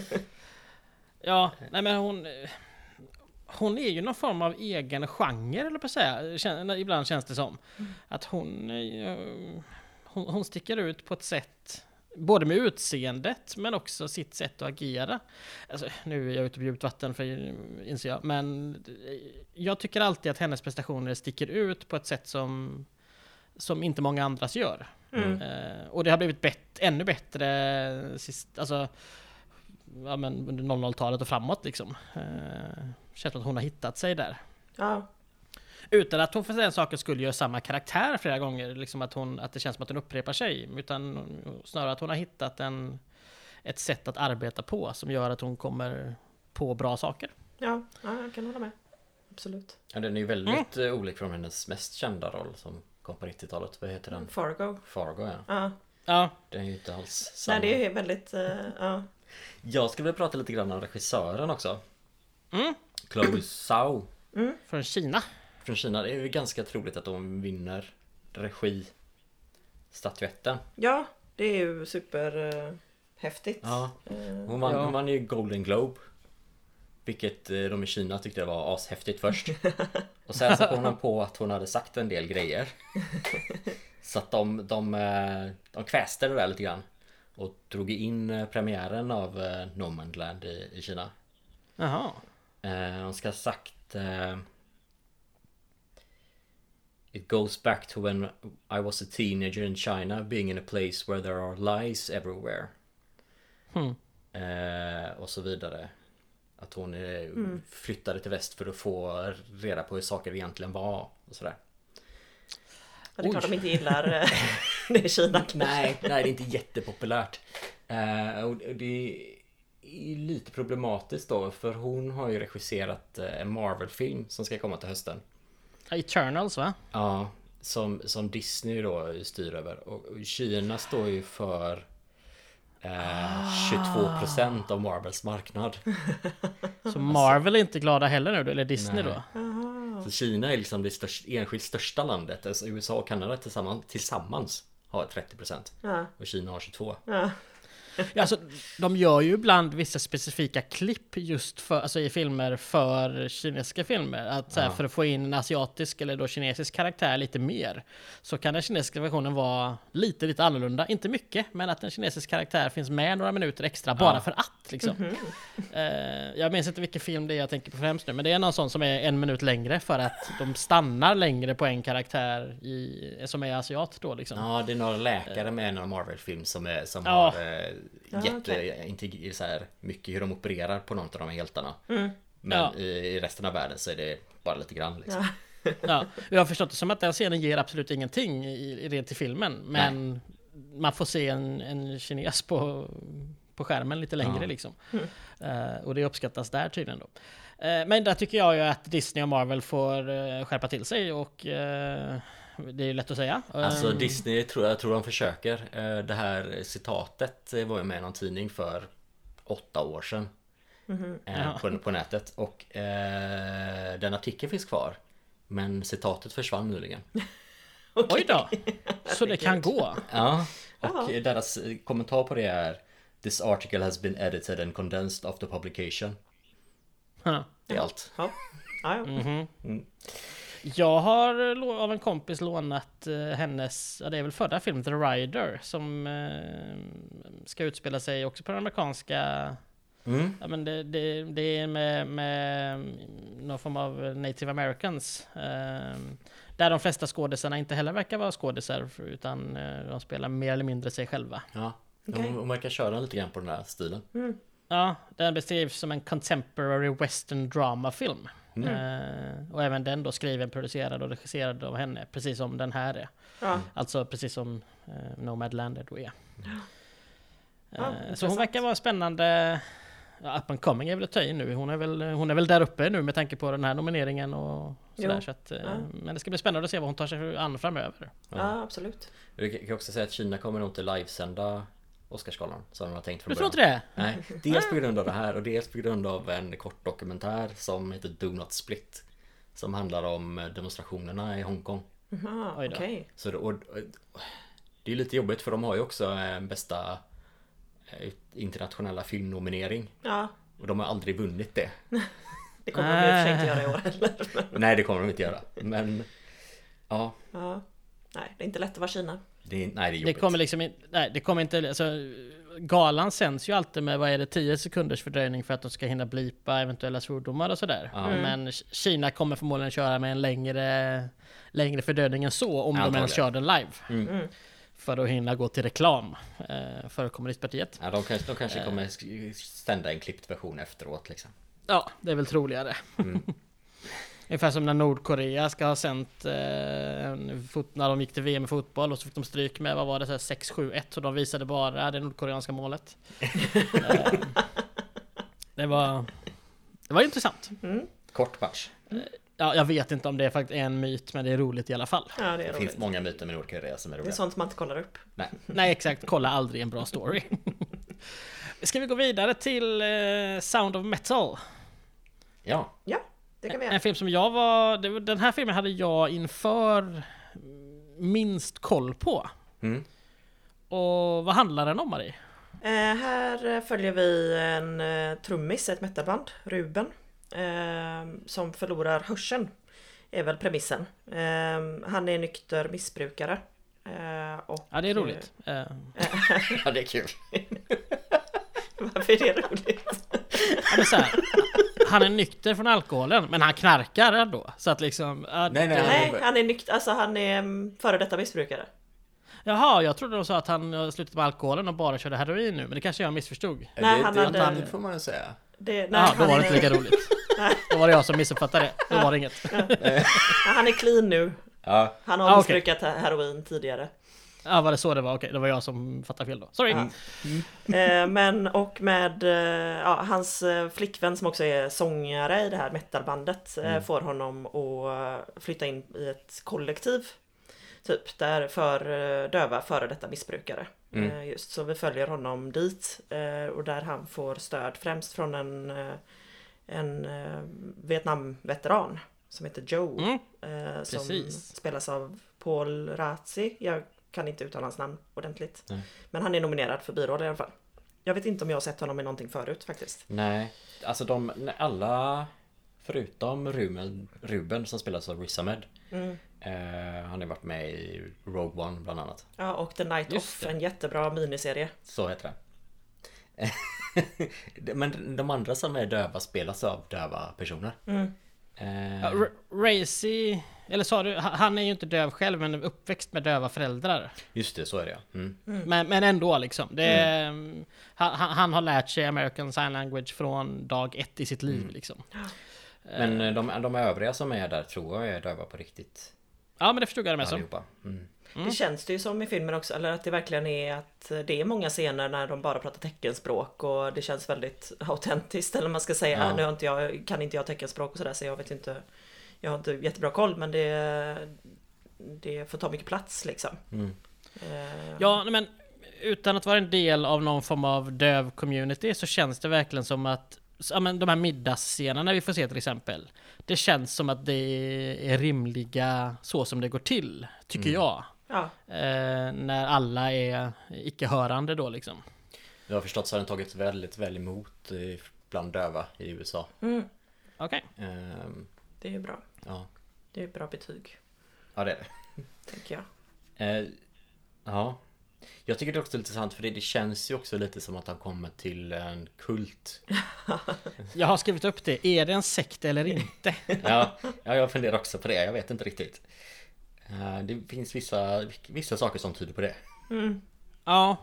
Ja, nej men hon hon är ju någon form av egen genre, eller på att säga. Kän- Ibland känns det som att hon, eh, hon hon sticker ut på ett sätt, både med utseendet men också sitt sätt att agera. Alltså, nu är jag ute på djupt vatten, för inser jag, men jag tycker alltid att hennes prestationer sticker ut på ett sätt som som inte många andras gör. Mm. Eh, och det har blivit bett, ännu bättre sist, alltså, ja, men under noll noll-talet och framåt liksom. Eh, känns som att hon har hittat sig där. Ja, Utan att hon för den saken skulle göra samma karaktär flera gånger, liksom att, hon, att det känns som att hon upprepar sig, utan snarare att hon har hittat en, ett sätt att arbeta på som gör att hon kommer på bra saker. ja, ja, jag kan hålla med. Absolut. Ja, den är ju väldigt mm. olik från hennes mest kända roll som kom på nittiotalet. Vad heter den? Fargo. Fargo, ja. Ja. Ja, Den är ju inte alls samma. Nej, det är väldigt, uh, ja. Jag skulle vilja prata lite grann om regissören också. mm. Chloe Zhao Från Kina. från Kina. Det är ju ganska troligt att de vinner regi-statyetten. Ja, det är ju super uh, häftigt. Ja. Uh, Hon vann, Ja. hon vann ju Golden Globe. Vilket eh, de i Kina tyckte var ashäftigt först. Och sen så kom de på att hon hade sagt en del grejer. Så att de, de, eh, de kväste det där lite grann. Och drog in eh, premiären av eh, Nomadland i, i Kina. Jaha. Eh, hon ska ha sagt eh, It goes back to when I was a teenager in China, being in a place where there are lies everywhere. Hmm. Eh, och så vidare. Att hon eh, Mm. flyttade till väst för att få reda på hur saker egentligen var och sådär. Ja, det är klart Oj. de inte gillar uh, det i Kina. Nej, nej, det är inte jättepopulärt. Eh, och det är lite problematiskt då, för hon har ju regisserat eh, en Marvel-film som ska komma till hösten. Eternals, va? Ja, som, som Disney då styr över. Och och Kina står ju för eh, tjugotvå procent av Marvels marknad. Så Marvel är inte glada heller nu då, eller Disney Nej. då? Jaha. Så Kina är liksom det största, enskilt största landet. Alltså U S A och Kanada tillsammans, tillsammans har trettio procent. Ja, Och Kina har tjugotvå. ja. Ja, alltså, de gör ju ibland vissa specifika klipp just för, alltså, i filmer för kinesiska filmer. Att, så här, Ja. för att få in en asiatisk eller då kinesisk karaktär lite mer, så kan den kinesiska versionen vara lite, lite annorlunda. Inte mycket, men att en kinesisk karaktär finns med några minuter extra bara Ja. för att. Liksom. Mhm. Eh, jag minns inte vilken film det är jag tänker på främst nu, men det är någon sån som är en minut längre för att de stannar längre på en karaktär i, som är asiat då liksom. Ja, det är några läkare med en av Marvel-film som, är, som Ja. har eh, Ja, jätte, okej. inte så här mycket hur de opererar på någon av de här hjältarna. Mm. Men Ja. i, i resten av världen så är det bara lite grann liksom. Ja. Ja, jag har förstått det som att den scenen ger absolut ingenting i, i rent till filmen, men man får se en, en kines på, på skärmen lite längre Ja. liksom. Mm. Eh, och det uppskattas där tydligen då. Eh, men där tycker jag ju att Disney och Marvel får uh, skärpa till sig, och uh, det är ju lätt att säga. Alltså Eh, Disney tror jag tror de försöker. Eh, Det här citatet var ju med i någon tidning för åtta år sedan. Mhm. eh, Ja. på, på nätet. Och eh, den artikeln finns kvar. Men citatet försvann nyligen. Oj då! Så det kan gå. Ja. Och Ja. deras kommentar på det är: This article has been edited and condensed after publication. Huh. Det är allt. Ja. Ja, ja. Mhm. Mm. Jag har av en kompis lånat hennes, ja, det är väl förra filmen The Rider, som ska utspela sig också på den amerikanska. Mm. Ja, men det, det, det är med, med någon form av Native Americans. Eh, där de flesta skådisarna inte heller verkar vara skådisar, utan eh, de spelar mer eller mindre sig själva. Ja, okay. de, de verkar köra lite grann på den här stilen. Mm. Ja, den beskrivs som en contemporary western drama film. Mm. Eh, och även den då skriven, producerad och regisserad av henne, precis som den här är. Ja. Alltså precis som eh, Nomadland då är. Ja, eh, så hon verkar vara spännande. Ja, up and coming är väl att ta in nu. Hon är väl, hon är väl där uppe nu med tanke på den här nomineringen och sådär. Så att, ja. Men det ska bli spännande att se vad hon tar sig an framöver. Ja, ja, absolut. Jag kan också säga att Kina kommer nog inte livesända Oscarsgalan som de har tänkt från början. Du tror inte det? Nej, dels på grund av det här och dels på grund av en kort dokumentär som heter Do Not Split, som handlar om demonstrationerna i Hongkong. Aha, okej. Okay. Så det, och, och, det är lite jobbigt för de har ju också en bästa internationella filmnominering. Ja. Och de har aldrig vunnit det. Det kommer de i och för sig inte göra i år heller. Nej, det kommer de inte göra. Men ja. Ja. Nej, det är inte lätt att vara Kina. Det är, nej, det är jobbigt. Det kommer liksom in, nej, det kommer inte, alltså, galan sänds ju alltid med, vad är det, tio sekunders fördröjning för att de ska hinna blipa eventuella svordomar och sådär. Mm. Men Kina kommer förmodligen köra med en längre längre fördröjning än så, om Antagligen. de ens kör den live. Mm. Mm. För att hinna gå till reklam eh, för kommunistpartiet. Ja, de kanske, de kanske kommer stända en klippt version efteråt liksom. Ja, det är väl troligare. Mm. Ungefär som när Nordkorea ska ha sänt eh, en fot- när de gick till V M i fotboll och så fick de stryk med, vad var det, sex sju ett, och de visade bara det nordkoreanska målet. eh, det var det var intressant. Mm. Kort match. Eh, ja, jag vet inte om det är faktiskt en myt, men det är roligt i alla fall. Ja, det, är det roligt. finns många myter med Nordkorea som är roliga. Det är sånt man inte kollar upp. Nej, Nej exakt. Kolla aldrig en bra story. Ska vi gå vidare till eh, Sound of Metal? Ja. Ja, det kan vi göra. En film som jag var... Det, den här filmen hade jag inför minst koll på. Mm. Och vad handlar den om, Marie? Eh, här följer vi en eh, trummis, ett metalband, Ruben. Eh, som förlorar hörseln, är väl premissen. Eh, han är nykter missbrukare. Eh, och, ja, det är roligt. Eh, ja, det är kul. Varför är det roligt? Ja, men så här, han är nykter från alkoholen, men han knarkar ändå. Så att liksom... Nej, nej, nej, han är nykter, alltså han är före detta missbrukare. Jaha, jag trodde de sa att han slutat med alkoholen och bara körde heroin nu, men det kanske jag missförstod. Nej, det, han det, hade... han, får man säga. Det, nej, ja, då var det inte lika roligt. Då var det jag som missuppfattade det. Då var det inget. Ja, han är clean nu. Ja. Han har ah, missbrukat okay. heroin tidigare. Ja, var det så det var? Okej, det var jag som fattade fel då. Sorry. Ja. Mm. Eh, men och med eh, ja, hans flickvän som också är sångare i det här metalbandet mm. eh, får honom att flytta in i ett kollektiv. Typ där för döva före detta missbrukare. Mm. Eh, just så vi följer honom dit eh, och där han får stöd främst från en en eh, Vietnamveteran som heter Joe. Mm. Eh, som Precis. spelas av Paul Razi. Jag kan inte uttala hans namn ordentligt. Nej. Men han är nominerad för biroll i alla fall. Jag vet inte om jag har sett honom i någonting förut faktiskt. Nej, alltså de alla förutom Ruben, Ruben som spelas av Riz Ahmed. Mm. Eh, han har varit med i Rogue One bland annat. Ja, och The Night Just Off, det. En jättebra miniserie. Så heter det. Men de andra som är döva spelas av döva personer. Mm. Eh. Ja, Racy, eller sa du, han är ju inte döv själv men uppväxt med döva föräldrar. Just det, så är det. Mm. Mm. Men, men ändå liksom det, mm. han, han har lärt sig American Sign Language från dag ett i sitt liv mm. liksom. Men de, de övriga som är där tror jag är döva på riktigt. Ja, men det förstod jag det med som. Mm. Det känns det ju som i filmen också, eller att det verkligen är att det är många scener när de bara pratar teckenspråk och det känns väldigt autentiskt, eller man ska säga. Ja. Nu har inte jag, kan inte jag teckenspråk och sådär, så jag vet inte, jag har inte jättebra koll, men det, det får ta mycket plats liksom. Mm. Uh. Ja, men utan att vara en del av någon form av döv community så känns det verkligen som att ja, men de här middagsscenerna vi får se till exempel, det känns som att det är rimliga så som det går till, tycker mm. jag. Ja. Eh, när alla är icke-hörande då liksom. Jag har förstått så har den tagits väldigt väl emot bland döva i U S A. Mm. Okej. Okay. Um, det är bra. Ja. Det är ett bra betyg. Ja, det är det. Tänker jag. Eh, ja. Jag tycker det är också intressant för det, det känns ju också lite som att han kommer till en kult. Jag har skrivit upp det. Är det en sekt eller inte? ja, ja, jag funderar också på det. Jag vet inte riktigt. Eh, det finns vissa, vissa saker som tyder på det. Mm. Ja.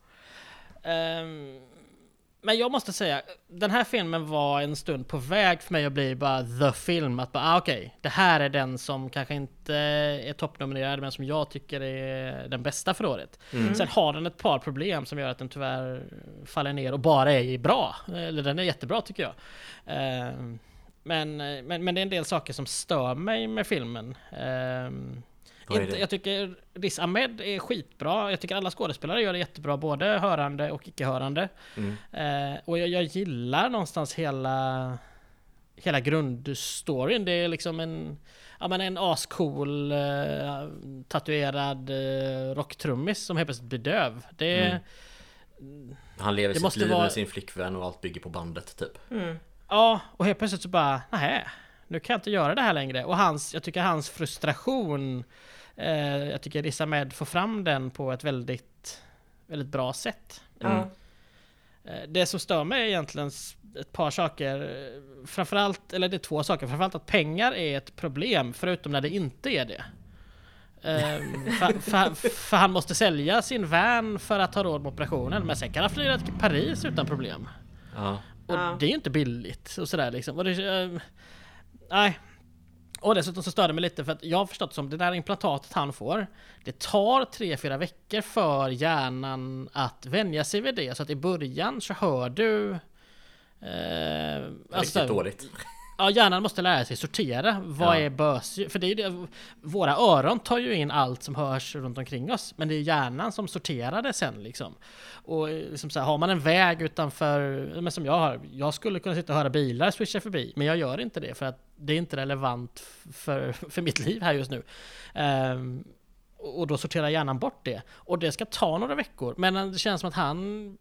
Um, men jag måste säga, den här filmen var en stund på väg för mig att bli bara the film. Att bara, ah, okej, okay, det här är den som kanske inte är toppnominerad men som jag tycker är den bästa för året. Mm. Sen har den ett par problem som gör att den tyvärr faller ner och bara är bra. Eller den är jättebra tycker jag. Um, men, men, men det är en del saker som stör mig med filmen. Um, Inte, jag tycker Riz Ahmed är skitbra. Jag tycker alla skådespelare gör det jättebra, både hörande och icke-hörande. Mm. Eh, och jag, jag gillar någonstans hela hela grundstoryn. Det är liksom en ja, men en ascool eh, tatuerad eh, rocktrummis som helt plötsligt blir döv. Det mm. Han lever det sitt liv vara... med sin flickvän och allt bygger på bandet typ. Mm. Ja, och helt plötsligt så bara nej, nu kan jag inte göra det här längre. Och hans, jag tycker hans frustration, eh, jag tycker Riz Ahmed får fram den på ett väldigt, väldigt bra sätt. Mm. Eh, det som stör mig är egentligen ett par saker. Framförallt, eller det är två saker. Framförallt att pengar är ett problem, förutom när det inte är det. Eh, för, för, för han måste sälja sin van för att ha råd med operationen. Men sen kan han flyga till Paris utan problem. Ja. Och ja. det är ju inte billigt och sådär liksom. Och det, äh, nej. Och dessutom så stör det mig lite för att jag har förstått som det där implantatet han får, det tar tre, fyra veckor för hjärnan att vänja sig vid det. Så att i början så hör du eh, riktigt alltså, dåligt. Ja, hjärnan måste lära sig sortera. Vad ja. är bös? För det är det, våra öron tar ju in allt som hörs runt omkring oss. Men det är hjärnan som sorterar det sen liksom. Och liksom så här, har man en väg utanför, men som jag har, jag skulle kunna sitta och höra bilar swisha förbi. Men jag gör inte det för att det är inte relevant för, för mitt liv här just nu. Um, och då sorterar hjärnan bort det. Och det ska ta några veckor. Men det känns som att han...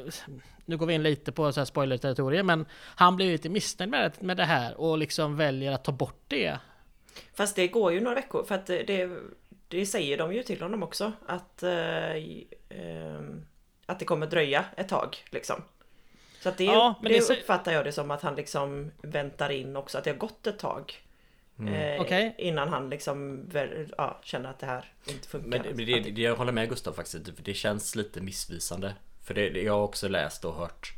Nu går vi in lite på så här spoiler-territorium, men han blir lite missnöjd med det, med det här och liksom väljer att ta bort det. Fast det går ju några veckor, för att det, det säger de ju till honom också, att, äh, äh, att det kommer dröja ett tag liksom. Så att det, ja, det, det uppfattar jag det som att han liksom väntar in också, att det har gått ett tag. Mm. Eh, okay. Innan han liksom ja, känner att det här inte funkar. Men det, det, det, jag håller med Gustav faktiskt, för det känns lite missvisande. För det, jag har också läst och hört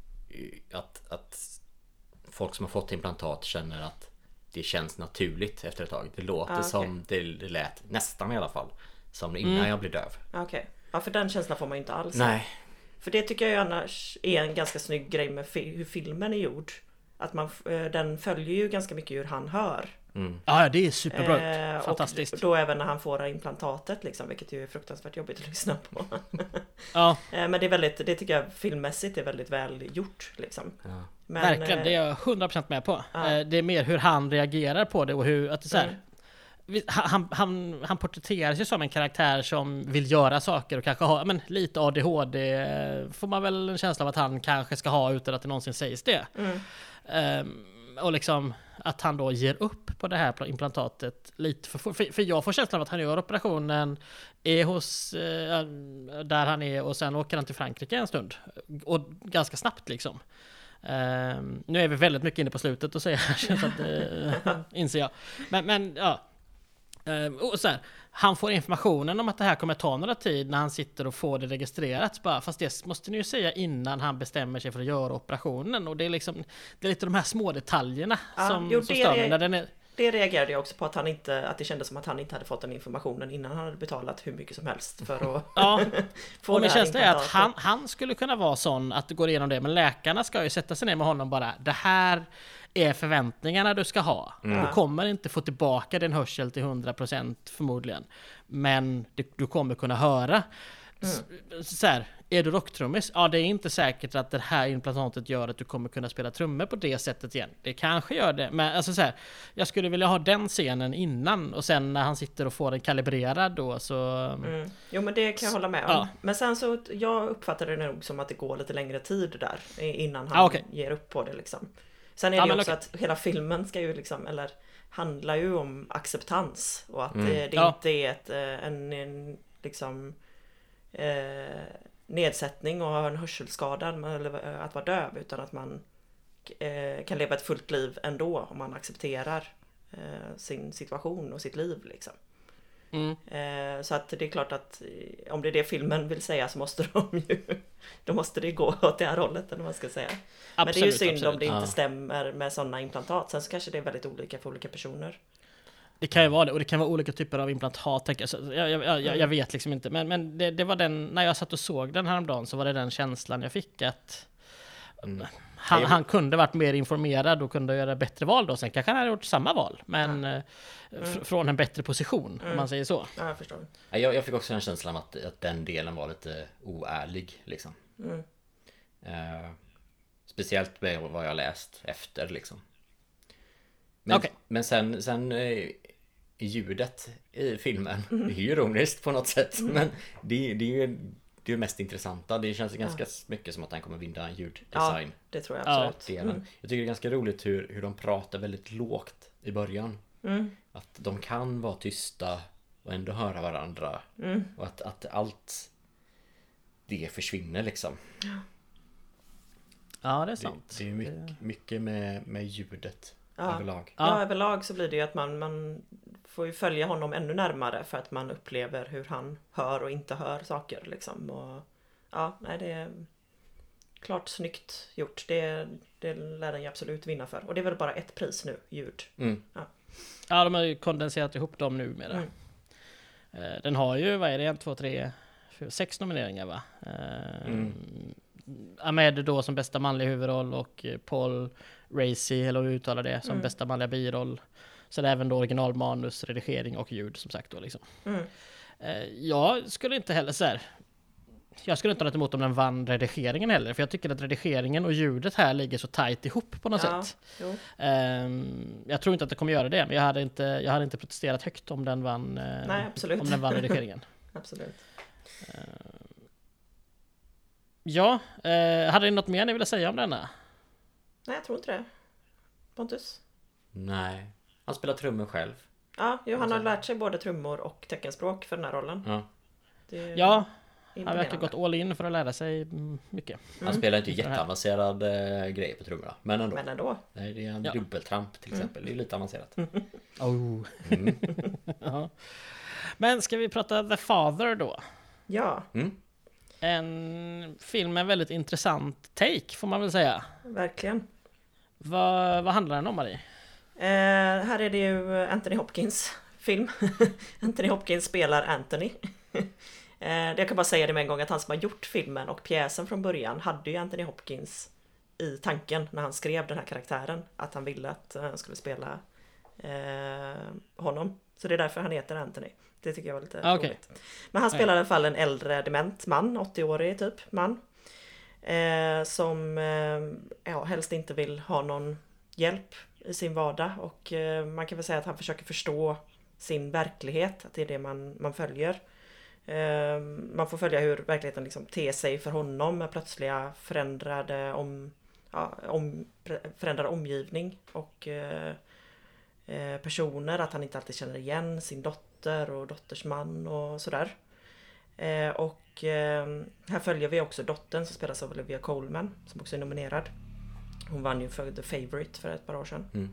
att, att folk som har fått implantat känner att det känns naturligt efter ett tag. Det låter ah, okay. som det, det lät, nästan i alla fall, som innan mm. jag blir döv. Okej, okay. Ja, för den känslan får man ju inte alls. Nej. För det tycker jag ju annars är en ganska snygg grej med hur filmen är gjord. Att man, den följer ju ganska mycket hur han hör. Mm. Ja, det är superbra. Eh, Fantastiskt. Och då även när han får implantatet liksom, vilket ju är fruktansvärt jobbigt att lyssna på. Ja. eh, men det är väldigt, det tycker jag filmmässigt är väldigt väl gjort liksom. Ja. Men, verkligen, det är jag hundra procent med på. Ja. Eh, det är mer hur han reagerar på det och hur att det så här, mm. han, han, han porträtterar sig som en karaktär som vill göra saker och kanske ha men, lite A D H D får man väl en känsla av att han kanske ska ha utan att det någonsin sägs det. Mm. Eh, och liksom att han då ger upp på det här implantatet lite för, för, för jag får känslan av att han gör operationen, är hos eh, där han är och sen åker han till Frankrike en stund och ganska snabbt liksom. Eh, nu är vi väldigt mycket inne på slutet och säger känns att eh, inser jag. Men, men ja. Eh, och så här, han får informationen om att det här kommer ta några tid när han sitter och får det registrerat bara, fast det måste ni ju säga innan han bestämmer sig för att göra operationen och det är liksom det är lite de här små detaljerna ja, som, jo, som stör mig när den är... Det reagerade jag också på, att han inte, att det kändes som att han inte hade fått den informationen innan han hade betalat hur mycket som helst för att ja. få och det, det känns det att han, han han skulle kunna vara sån att det går igenom det, men läkarna ska ju sätta sig ner med honom bara, det här är förväntningarna du ska ha. Mm. Du kommer inte få tillbaka din hörsel till hundra procent förmodligen, men du, du kommer kunna höra. Mm. Så här, är du rocktrummis? Ja, det är inte säkert att det här implantatet gör att du kommer kunna spela trummor på det sättet igen. Det kanske gör det, men alltså så här, jag skulle vilja ha den scenen innan och sen när han sitter och får den kalibrerad då så... Mm. Jo, men det kan jag hålla med om. Ja. Men sen så, jag uppfattar det nog som att det går lite längre tid där innan han ah, okay. ger upp på det liksom. Sen är Ja, det men ju också okej. att hela filmen ska ju liksom, eller handlar ju om acceptans och att Mm. det, det Ja. inte är ett, eh, en, en liksom eh, nedsättning och ha en hörselskada eller att vara döv, utan att man eh, kan leva ett fullt liv ändå om man accepterar eh, sin situation och sitt liv liksom. Mm. Eh, så att det är klart att eh, om det är det filmen vill säga så måste de ju då måste det gå åt det här hållet, eller vad man ska säga. Men det är ju synd absolut. om det inte Ja. stämmer med sådana implantat. Sen så kanske det är väldigt olika för olika personer. Det kan ju vara det, och det kan vara olika typer av implantat. tänker Jag, Så jag, jag, jag, Mm. jag vet liksom inte, men, men det, det var den, när jag satt och såg den här dagen så var det den känslan jag fick att Mm. han, Jag- han kunde varit mer informerad och kunde göra bättre val då. Sen kanske han hade gjort samma val, men eh, fr- från en bättre position, om man säger så. Ja, jag förstår. Ja, Jag, jag fick också en känsla av att, att den delen var lite oärlig liksom. Mm. Eh, speciellt med vad jag läst efter liksom. Men, Okej. men sen, sen eh, ljudet i filmen, Mm. det är ju ironiskt på något sätt. Men det, det är ju det är ju mest intressanta. Det känns ganska mycket som att han kommer vinna en Ja, ljuddesign. det tror jag Ja, absolut. delen. Mm. Jag tycker det är ganska roligt hur, hur de pratar väldigt lågt i början. Mm. Att de kan vara tysta och ändå höra varandra. Mm. Och att, att allt det försvinner liksom. Ja, det är Det, sant. det är mycket, mycket med, med ljudet Ja. överlag. Ja, Ja. överlag så blir det ju att man, man får ju följa honom ännu närmare för att man upplever hur han hör och inte hör saker liksom. Och, ja, nej, det är klart snyggt gjort. Det, det lär den ju absolut vinna för. Och det är väl bara ett pris nu, ljud. Mm. Ja, de har ju kondenserat ihop dem nu med det. Mm. Eh, Den har ju, vad är det, en, två, tre, fyra, sex nomineringar va? Eh, Mm. Ahmed då som bästa manliga huvudroll och eh, Paul Racy, eller hur uttalar det, som Mm. bästa manliga biroll. Så det är även då originalmanus, redigering och ljud som sagt då liksom. Mm. Eh, Jag skulle inte heller så här. Jag skulle inte ha något emot om den vann redigeringen heller, för jag tycker att redigeringen och ljudet här ligger så tajt ihop på något Ja, sätt. jo. Ehm, jag tror inte att det kommer göra det, men jag hade inte, jag hade inte protesterat högt om den vann, eh, Nej, absolut. om den vann redigeringen. Absolut. Ja, eh, hade ni något mer ni ville säga om denna? Nej, jag tror inte det. Pontus? Nej, han spelar trummor själv. Ja, jo, han har lärt sig både trummor och teckenspråk för den här rollen. Ja. Det är Ja, han imponerande. verkar gått all in för att lära sig mm, mycket. Han spelar inte jätteavancerad eh, grej på trummorna. Men ändå. Men ändå. Nej, det är en Ja. dubbeltramp till exempel. Det är lite avancerat. Oh. Mm. Ja. Men ska vi prata The Father då? Ja, Mm. En film med väldigt intressant take får man väl säga. verkligen. Vad, vad handlar den om, Marie? Eh, här är det ju Anthony Hopkins film. Anthony Hopkins spelar Anthony. eh, jag kan bara säga det med en gång att han som har gjort filmen och pjäsen från början hade ju Anthony Hopkins i tanken när han skrev den här karaktären. Att han ville att han skulle spela eh, honom. Så det är därför han heter Anthony. Det tycker jag var lite Ah, okej. roligt. Men han spelar i alla fall en äldre dement man, åttio-årig typ man. Eh, som eh, ja, helst inte vill ha någon hjälp i sin vardag. Och eh, man kan väl säga att han försöker förstå sin verklighet. Att det är det man, man följer. Eh, man får följa hur verkligheten liksom ter sig för honom med plötsliga förändrade, om, ja, om, förändrad omgivning. Och eh, eh, personer. Att han inte alltid känner igen sin dotter och dotters man och sådär. Eh, och eh, här följer vi också dottern som spelas av Olivia Colman som också är nominerad. Hon vann ju för The Favourite för ett par år sedan. Mm.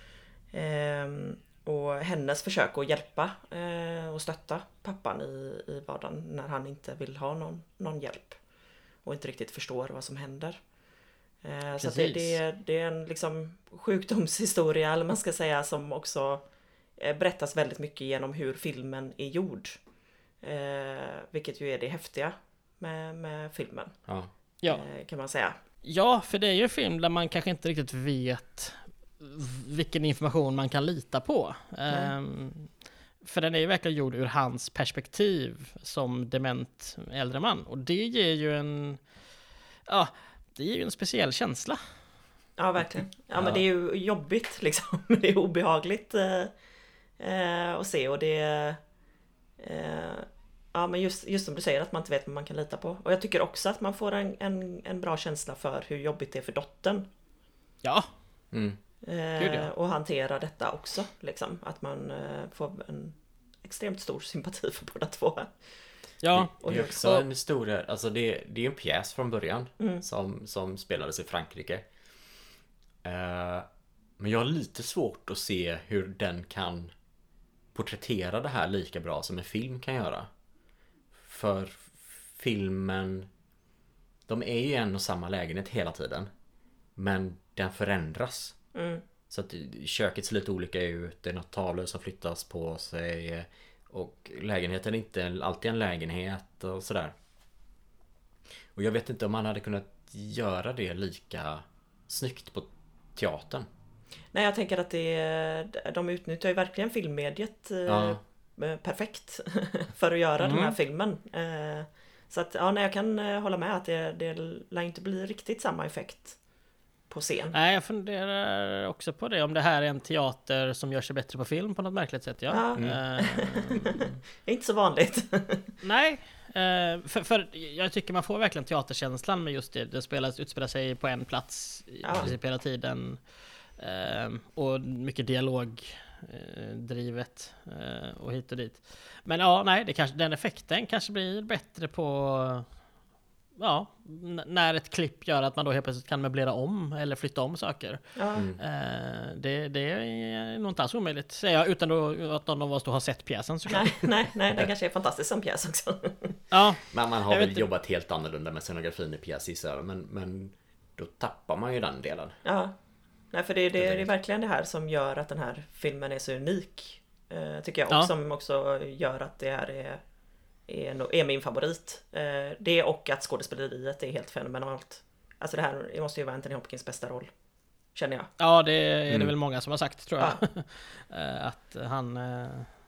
Eh, och hennes försök att hjälpa eh, och stötta pappan i, i vardagen när han inte vill ha någon, någon hjälp. Och inte riktigt förstår vad som händer. Eh, så att det, det, är, det är en liksom sjukdomshistoria, eller man ska säga, som också eh, berättas väldigt mycket genom hur filmen är gjord. Eh, vilket ju är det häftiga med, med filmen. Ja. Ja. Eh, kan man säga. Ja, för det är ju en film där man kanske inte riktigt vet vilken information man kan lita på. Um, för den är ju verkligen gjord ur hans perspektiv som dement äldre man. Och det ger ju en... Ja, det ger ju en speciell känsla. Ja, verkligen. Ja, Ja. men det är ju jobbigt liksom. Det är obehagligt eh, eh, att se. Och det är... Eh, ja, men just, just som du säger, att man inte vet vad man kan lita på. Och jag tycker också att man får en, en, en bra känsla för hur jobbigt det är för dottern. Ja, Mm. Eh, Gud, ja. Och hantera detta också. Liksom. Att man eh, får en extremt stor sympati för båda två. Ja. Det, det är också en historia, alltså det, det är en pjäs från början Mm. som, som spelades i Frankrike. Eh, men jag har lite svårt att se hur den kan porträttera det här lika bra som en film kan göra. För filmen, de är ju en och samma lägenhet hela tiden, men den förändras. Mm. Så att köket ser lite olika ut, det är något tavlor som flyttas på sig, och lägenheten är inte alltid en lägenhet och sådär. Och jag vet inte om man hade kunnat göra det lika snyggt på teatern. Nej, jag tänker att det, de utnyttjar ju verkligen filmmediet eh, Ja. perfekt för att göra Mm. den här filmen. Eh, så att, ja, nej, jag kan eh, hålla med att det, det lär inte bli riktigt samma effekt på scen. Nej, jag funderar också på det. Om det här är en teater som gör sig bättre på film på något märkligt sätt. Ja. Ja. Mm. Eh, Det är inte så vanligt. nej, eh, för, för jag tycker man får verkligen teaterkänslan med just det. Det spelas, utspelar sig på en plats i Ja. princip hela tiden. Eh, och mycket dialog eh, drivet eh, och hit och dit. Men ja, nej, det kanske, den effekten kanske blir bättre på ja, n- när ett klipp gör att man då helt plötsligt kan möblera om eller flytta om saker. Ja. Mm. Eh, det, det är nog inte alls omöjligt, säger jag, utan då, att någon av oss då har sett pjäsen såklart. Nej, nej, nej, det kanske är fantastiskt som pjäs också. Ja, Men man har Jag vet väl inte. jobbat helt annorlunda med scenografin i pjäs gissar jag, men, men då tappar man ju den delen. Ja. Nej, för det, det, det är verkligen det här som gör att den här filmen är så unik. Eh, tycker jag. Och Ja. som också gör att det här är, är, no- är min favorit. Eh, det och att skådespeleriet är helt fenomenalt. Alltså det här det måste ju vara Anthony Hopkins bästa roll. Känner jag. ja det är det Mm. väl många som har sagt, tror jag. Eh, att han eh,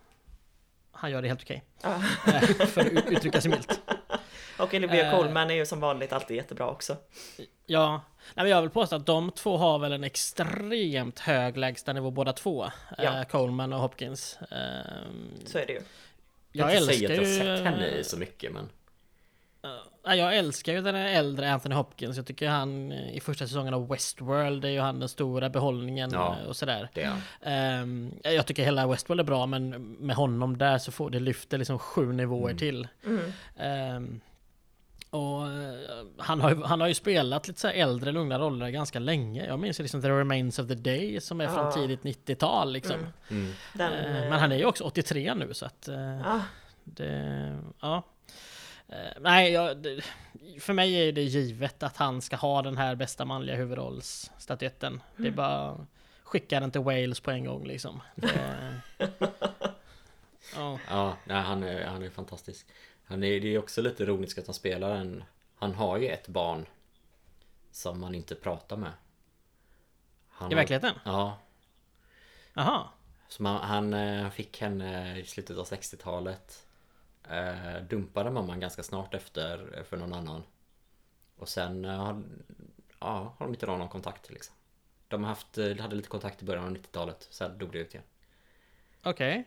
han gör det helt okej. Ja. Eh, för att ut- uttrycka sig milt. Och Olivia Eh. Colman är ju som vanligt alltid jättebra också. Ja, nej, men jag vill påstå att de två har väl en extremt hög lägstanivå båda två. Ja. Eh, Coleman och Hopkins. Eh, Så är det ju. Jag, jag kan inte säga älskar att jag ju... har sett henne i så mycket, men Ja, jag älskar ju den äldre Anthony Hopkins. Jag tycker han i första säsongen av Westworld är ju han den stora behållningen Ja. och sådär. det är han. Um, jag tycker hela Westworld är bra, men med honom där så får det lyfter liksom sju nivåer Mm. till. Mm. Um, och uh, han har, ju, han har ju spelat lite så här äldre lugna roller ganska länge. Jag minns ju liksom The Remains of the Day som är Ja. från tidigt nittiotal liksom. Mm. Mm. Den, Uh, men han är ju också åttiotre nu, så att uh, Ja, det, ja. Eh, nej, jag, det, för mig är det givet att han ska ha den här bästa manliga huvudrollsstatyetten. Det är Mm. bara skicka den till Wales på en gång liksom. Det, ja. Ja, nej, han är, han är fantastisk. Han är, det är också lite ironiskt att han spelar en... Han har ju ett barn som man inte pratar med. Han I har- verkligheten? Ja. Aha. Så man, han eh, fick henne i slutet av sextiotalet. Eh, dumpade mamman ganska snart efter för någon annan. Och sen eh, har, ja, har de inte någon kontakt liksom. De har haft, eh, hade lite kontakt i början av nittiotalet. Sen dog det ut igen. Okej.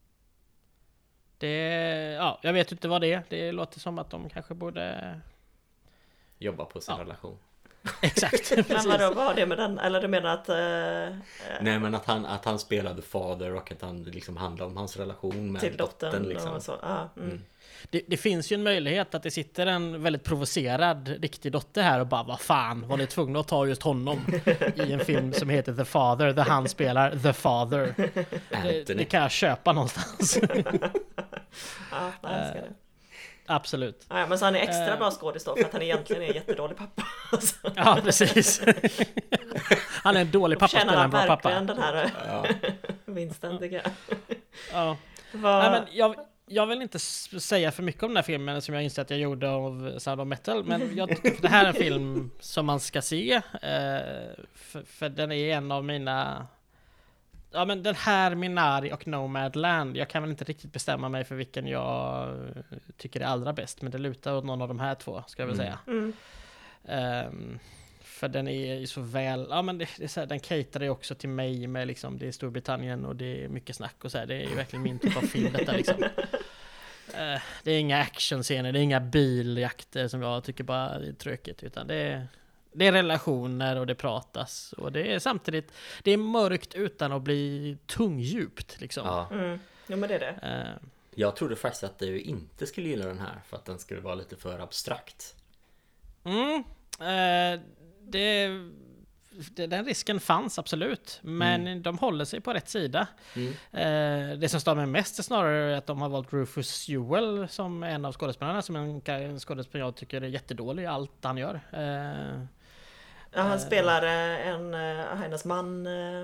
Det, ja, jag vet inte vad det är. Det låter som att de kanske borde... Jobba på sin Ja. relation. Exakt, men precis. vadå, vad har det med den? Eller du menar att... eh, eh, Nej, men att han, att han spelade fader och att han liksom handlar om hans relation med till dottern, dottern liksom. och så. Ja, mm. Mm. Det, det finns ju en möjlighet att det sitter en väldigt provocerad riktig dotter här och bara, vad fan, var ni tvungna att ta just honom i en film som heter The Father, där han spelar The Father. Det, Anthony. det kan jag köpa någonstans. Ja, jag älskar det. Absolut. Ja, men så han är extra Eh. bra skådis då, för att han egentligen är en jättedålig pappa. Alltså. Ja, precis. Han är en dålig pappa, Känner spelar en han bra verkligen pappa. den här Ja. vinsten, tycker jag. Ja. Vad- Nej, men jag, jag vill inte s- säga för mycket om den här filmen som jag inser att jag gjorde av Sound of Metal, men jag tycker att det här är en film som man ska se, eh, för, för den är en av mina... Ja, men den här, Minari och Nomadland, jag kan väl inte riktigt bestämma mig för vilken jag tycker är allra bäst, men det lutar åt någon av de här två, ska jag väl Mm. säga. Mm. Ehm, för den är ju så väl, ja men det, det är så här, den caterar ju också till mig med liksom, det är Storbritannien och det är mycket snack och så här, det är ju verkligen min typ av film detta liksom. Eh, det är inga actionscener, det är inga biljakter som jag tycker bara är tråkigt, utan det är Det är relationer och det pratas. Och det är samtidigt, det är mörkt utan att bli tungdjupt liksom. Ja. Mm. Jo, men det är det. Uh, Jag trodde faktiskt att du inte skulle gilla den här för att den skulle vara lite för abstrakt. Mm, uh, det, det, den risken fanns absolut. Men mm. de håller sig på rätt sida. Mm. Uh, det som står mig mest är snarare att de har valt Rufus Sewell som en av skådespelarna. Som en, en skådespelare jag tycker är jättedålig i allt han gör. Uh, ja, han uh, spelar en, uh, hennes man uh,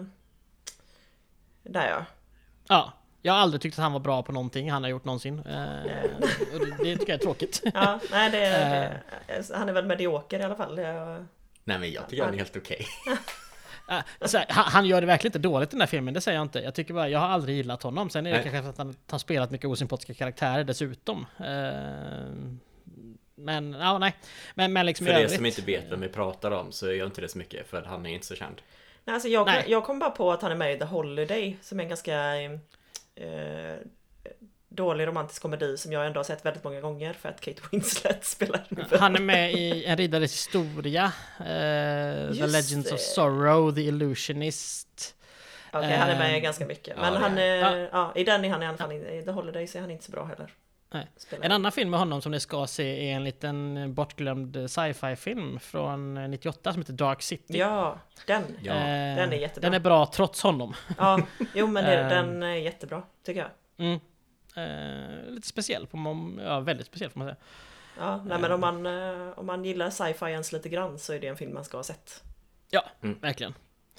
där ja. Ja. Jag har aldrig tyckt att han var bra på någonting han har gjort någonsin. Eh, och det, det tycker jag är tråkigt. Ja, nej, det, det, han är väl medioker i alla fall. Jag, nej, men jag tycker han är helt okej. Okay. Alltså, han, han gör det verkligen inte dåligt i den här filmen, det säger jag inte. Jag tycker bara, jag har aldrig gillat honom. Sen är det nej. kanske att han har spelat mycket osympatiska karaktärer dessutom. Eh, men, ja, nej. Men, men liksom för er övrigt, som inte vet vem vi pratar om så är inte det så mycket, för han är inte så känd. Nej, alltså jag, nej. jag kom bara på att han är med i The Holiday, som är en ganska... Eh, dålig romantisk komedi som jag ändå har sett väldigt många gånger för att Kate Winslet spelar. Han är med i En riddares historia, eh, The Legends of Sorrow, The Illusionist. Okej, okay, han är med ganska mycket. Men ja, han är, ja. ja, i den är han i alla fall ja. I The Holiday så är han inte så bra heller. Nej. En annan film med honom som ni ska se är en liten bortglömd sci-fi film från nittioåtta som heter Dark City. Ja, den. Ja. Eh, den är jättebra. Den är bra trots honom. Ja, jo men det, den är jättebra tycker jag. Mm. Eh, lite speciell på man, ja, väldigt speciell får man säga. Ja, nej, men om man om man gillar sci-fi ens lite grann så är det en film man ska ha sett. Ja, mm. verkligen.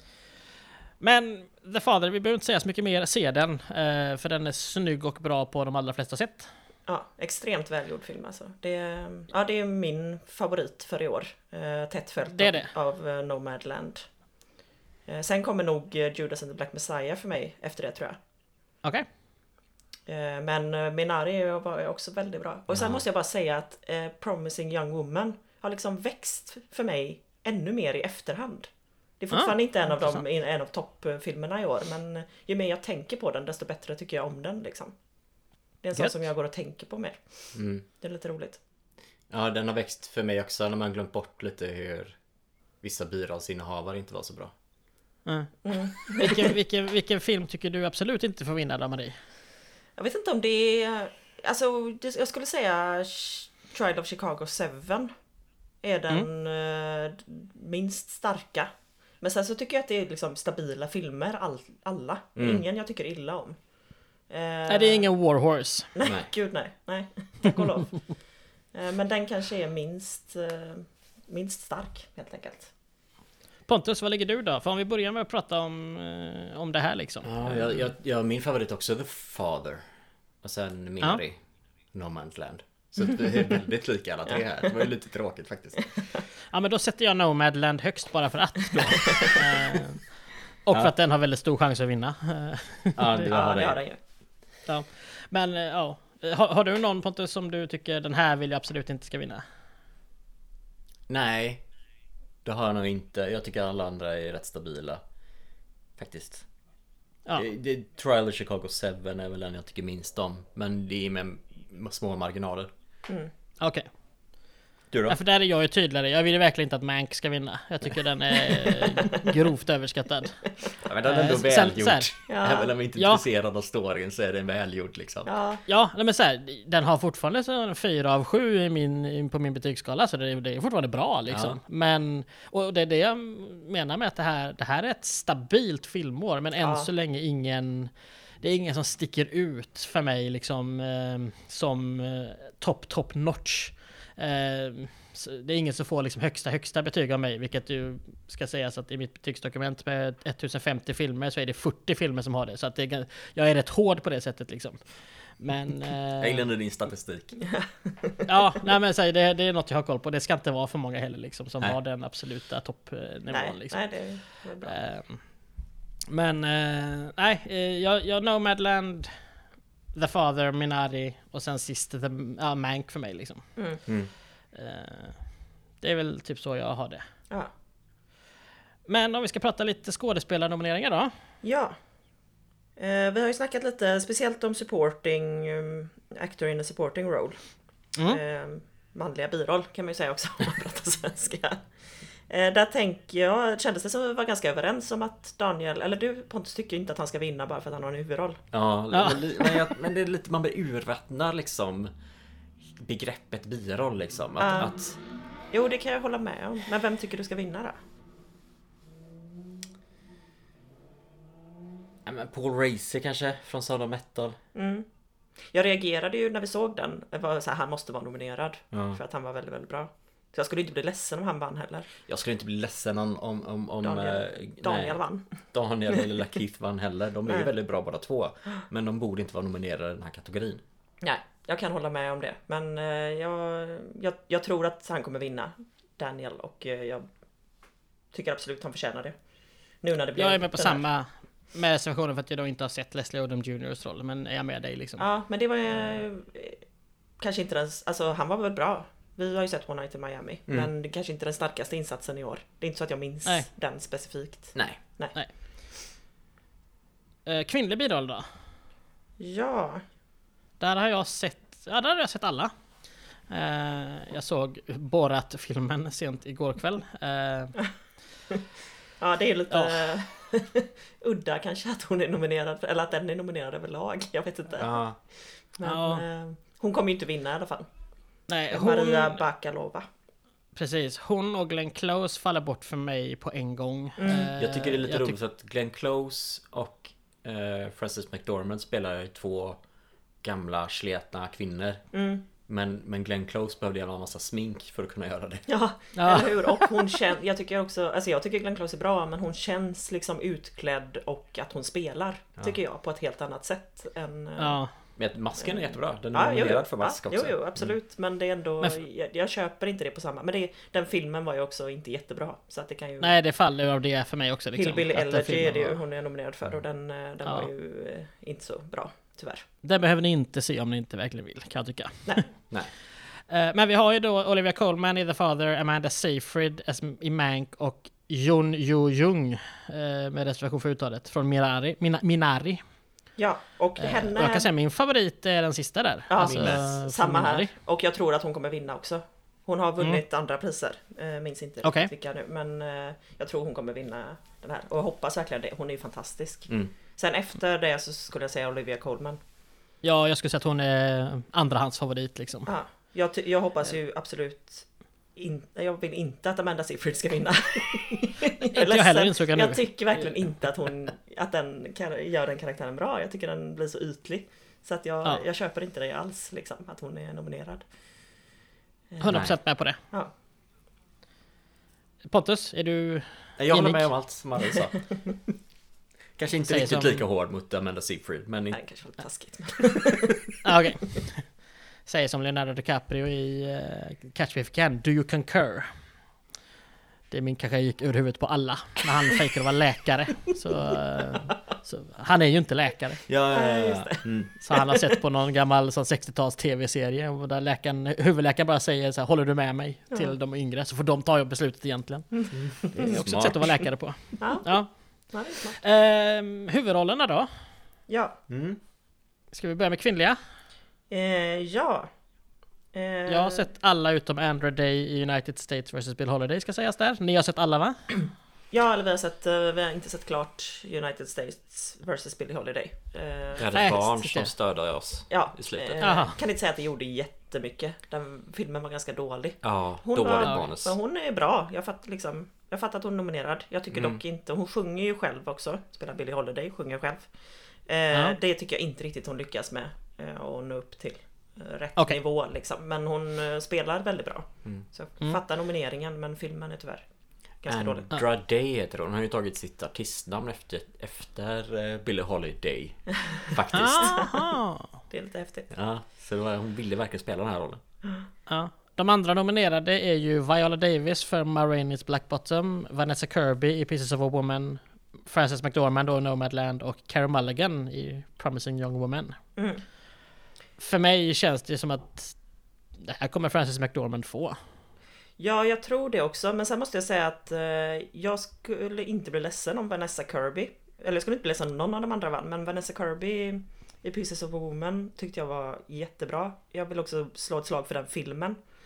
Men The Father, vi behöver inte säga så mycket mer, se den eh, för den är snygg och bra på de allra flesta sätt. Ja, extremt välgjord film alltså. Det är, ja, det är min favorit för i år. Eh, tätt följt det det. av, av uh, Nomadland. Eh, sen kommer nog Judas and the Black Messiah för mig efter det tror jag. Okej. Okay. Eh, men uh, Minari var också väldigt bra. Och sen mm. måste jag bara säga att uh, Promising Young Woman har liksom växt för mig ännu mer i efterhand. Det är fortfarande ah, inte en av, dem, en av toppfilmerna i år. Men ju mer jag tänker på den desto bättre tycker jag om den liksom. Det är en sån som jag går och tänker på mer. Mm. Det är lite roligt. Ja, den har växt för mig också när man glömt bort lite hur vissa birollsinnehavare inte var så bra. Mm. Mm. vilken, vilken, vilken film tycker du absolut inte får vinna där, Marie? Jag vet inte om det är... Alltså, jag skulle säga Trial of Chicago seven är den mm. minst starka. Men sen så tycker jag att det är liksom stabila filmer, all, alla. Mm. Ingen jag tycker illa om. Uh, nej, det är ingen War Horse. Nej, nej. gud nej. Nej, tack och lov. uh, men den kanske är minst, uh, minst stark, helt enkelt. Pontus, vad ligger du då? För om vi börjar med att prata om, uh, om det här liksom. Ja, jag, jag, jag, min favorit också The Father. Och sen Minari, ja. Nomadland. Så det är väldigt lika alla tre här. Det var ju lite tråkigt faktiskt. Ja, men då sätter jag Nomadland högst bara för att. Då. uh, och ja. för att den har väldigt stor chans att vinna. Ja, det har ja, den. Ja. Men ja, har, har du någon Pontus som du tycker den här vill jag absolut inte ska vinna? Nej, det har jag nog inte. Jag tycker alla andra är rätt stabila. Faktiskt. Ja. Det, det, Trial of Chicago seven är väl den jag tycker minst om. Men det är med små marginaler. Mm. Okej. Okay. Du då? Ja, för där är jag ju tydligare. Jag vill verkligen inte att Mank ska vinna. Jag tycker den är grovt överskattad. Ja, men den är ändå äh, välgjord. Ja. Även om vi inte är ja. intresserade av storyn så är den välgjord liksom. Ja, ja men så här, den har fortfarande så en fyra av sju i min, på min betygsskala. Så det är, det är fortfarande bra liksom. Ja. Men, och det är det jag menar med att det här, det här är ett stabilt filmår. Men ja. än så länge ingen... Det är ingen som sticker ut för mig liksom eh, som eh, top top notch. Eh, det är ingen som får liksom högsta högsta betyg av mig, vilket ju ska sägas att i mitt betygsdokument med tusen femtio filmer så är det fyrtio filmer som har det, så att det, jag är rätt hård på det sättet liksom. Men eh, jag gillar din statistik. Ja, nej men så här, det, det är något jag har koll på. Det ska inte vara för många heller liksom som nej. har den absoluta toppnivån nej, liksom. Nej, det, det är bra. Eh, men eh, nej, eh, jag, jag Nomadland, The Father, Minari och sen sist The uh, Mank för mig liksom. Mm. Mm. Eh, det är väl typ så jag har det. Ja. Men om vi ska prata lite skådespelarnomineringar då. Ja. Eh, vi har ju snackat lite speciellt om supporting um, actor in a supporting role. Mm. Eh, manliga biroll kan man ju säga också om man pratar svenska. Eh, där tänker jag, kändes det som att vi var ganska överens om att Daniel, eller du Pontus tycker inte att han ska vinna bara för att han har en huvudroll. Ja, Ja. Men, men, jag, men det är lite, man blir urvattnar liksom begreppet biroll liksom. Att, Ja. att, Jo, det kan jag hålla med om. Men vem tycker du ska vinna då? ja, men Paul Raci kanske från Sound of Metal. Mm. Jag reagerade ju när vi såg den. Det var så här, han måste vara nominerad. Ja. För att han var väldigt, väldigt bra. Så jag skulle inte bli ledsen om han vann heller. Jag skulle inte bli ledsen om, om, om, om Daniel, eh, Daniel nej, vann. Daniel eller Lakeith vann heller. De är ju Nej. väldigt bra båda två. Men de borde inte vara nominerade i den här kategorin. Nej, jag kan hålla med om det. Men eh, jag, jag, jag tror att han kommer vinna, Daniel. Och eh, jag tycker absolut han förtjänar det. Nu när det blir Jag är med på den här- samma med reservationen för att jag då inte har sett Leslie Odom juniors roll. Men är jag med dig liksom? Ja, men det var eh, kanske inte den... Alltså han var väl bra. Vi har ju sett One Night in Miami. Mm. Men det kanske inte är den starkaste insatsen i år. Det är inte så att jag minns Nej. den specifikt. Nej. Eh, kvinnlig biroll då? Ja, Där har jag sett, ja där har jag sett alla. Eh, jag såg Borat-filmen sent igår kväll. Eh, ja det är lite udda kanske att hon är nominerad. Eller att den är nominerad överlag. Jag vet inte. Ja. Men Ja. eh, hon kommer ju inte vinna i alla fall. nej, Maria hon, Bakalova. precis, hon och Glenn Close faller bort för mig på en gång. Mm. Eh, Jag tycker det är lite jag roligt att Glenn Close och eh, Frances McDormand spelar ju två gamla sletna kvinnor. Mm. Men, men Glenn Close behövde göra en massa smink för att kunna göra det. Ja, Ja. eller hur? Och hon känns, jag tycker också, alltså jag tycker Glenn Close är bra, men hon känns liksom utklädd och att hon spelar, Ja. tycker jag, på ett helt annat sätt än... eh, Ja, Men masken är jättebra. Den är Ja, jo, jo. nominerad för Ja, mask jo, också. jo, absolut. Men det är ändå, Men f- jag, jag köper inte det på samma. Men det, den filmen var ju också inte jättebra. Så att det kan ju... nej det faller av det för mig också. Liksom, Hillbilly att den Elegy är filmen det ju var- hon är nominerad för. Och den, eh, den Ja. var ju eh, inte så bra, tyvärr. Den behöver ni inte se om ni inte verkligen vill, kan jag tycka. Nej. Nej. Eh, Men vi har ju då Olivia Colman i The Father, Amanda Seyfried as- i Mank och Jun Yoo Jung eh, med reservation för uttalet från Minari. Mina, Minari. Ja, och Eh, henne... och jag kan säga min favorit är den sista där. Ja, Alltså, min- från samma Minari. här. Och jag tror att hon kommer vinna också. Hon har vunnit andra priser. Eh, minns inte Okej. riktigt vilka nu. Men eh, jag tror hon kommer vinna den här. Och jag hoppas verkligen det. Hon är ju fantastisk. Mm. Sen efter det så skulle jag säga Olivia Colman. Ja, jag skulle säga att hon är andrahandsfavorit liksom. Ja, jag, ty- jag hoppas ju absolut in- jag vill inte att Amanda Seyfried ska vinna. jag, är Inte jag ledsen. heller, insåg jag nu. Jag tycker verkligen inte att hon att den kar- gör den karaktären bra. Jag tycker den blir så ytlig. Så att jag, Ja. jag köper inte det alls liksom, att hon är nominerad. hundra procent med på det. Ja. Pontus, är du... Jag håller Enig. med om allt som Marie sa. Kanske inte Säger riktigt som- lika hård mot Amanda Seyfried. Men Nej, inte... det kanske var lite taskigt. Men... Ah, okej. Säger som Leonardo DiCaprio i uh, Catch Me If You Can. Do you concur? Det är min kanske gick ur huvudet på alla. När han fejkade att vara läkare. Så, eh, så, han är ju inte läkare. Ja, ja, Nej, ja, just ja. Mm. Så han har sett på någon gammal sån sextio-tals tv-serie. Och där läkaren, huvudläkaren bara säger så här, håller du med mig? Till Ja. de yngre. Så får de ta beslutet egentligen. Det är också ett Smart. sätt att vara läkare på. Ja, Ja. ja, det är smart. Ehm, huvudrollerna då? Ja. Mm. Ska vi börja med kvinnliga? Eh, ja. Eh, Jag har sett alla utom Andra Day i United States versus Bill Holiday ska sägas där. Ni har sett alla va? Ja, eller vi har, sett, eh, vi har inte sett klart United States versus Billie Holiday. Eh, Rädda Nej, barn just som det. stöder oss ja, i slutet. eh, Jaha. kan inte säga att det gjorde jättemycket. Den filmen var ganska dålig. Ja, Hon dåligt var- manus. Men hon är bra. Jag fattar liksom, jag fattar att hon är nominerad. Jag tycker Mm. dock inte, hon sjunger ju själv också. Spelar Billie Holiday, sjunger själv. Eh, Ja. Det tycker jag inte riktigt hon lyckas med. Eh, och nå upp till eh, rätt Okej. nivå liksom. Men hon eh, spelar väldigt bra. Mm. Så jag Mm. fattar nomineringen, men filmen är tyvärr ganska dålig. Andra Day heter hon. Hon har ju tagit sitt artistnamn efter, efter eh, Billie Holiday. Faktiskt. Aha. Det är lite häftigt. Ja, så det var, hon ville verkligen spela den här rollen. Ja. De andra nominerade är ju Viola Davis för Ma Rainey's Black Bottom, Vanessa Kirby i Pieces of a Woman, Frances McDormand då Nomadland och Carey Mulligan i Promising Young Woman. Mm. För mig känns det som att det här kommer Frances McDormand få. Ja, jag tror det också. Men sen måste jag säga att eh, jag skulle inte bli ledsen om Vanessa Kirby. Eller jag skulle inte bli ledsen om någon av de andra vann. Men Vanessa Kirby i Pieces of a Woman tyckte jag var jättebra. Jag vill också slå ett slag för den filmen.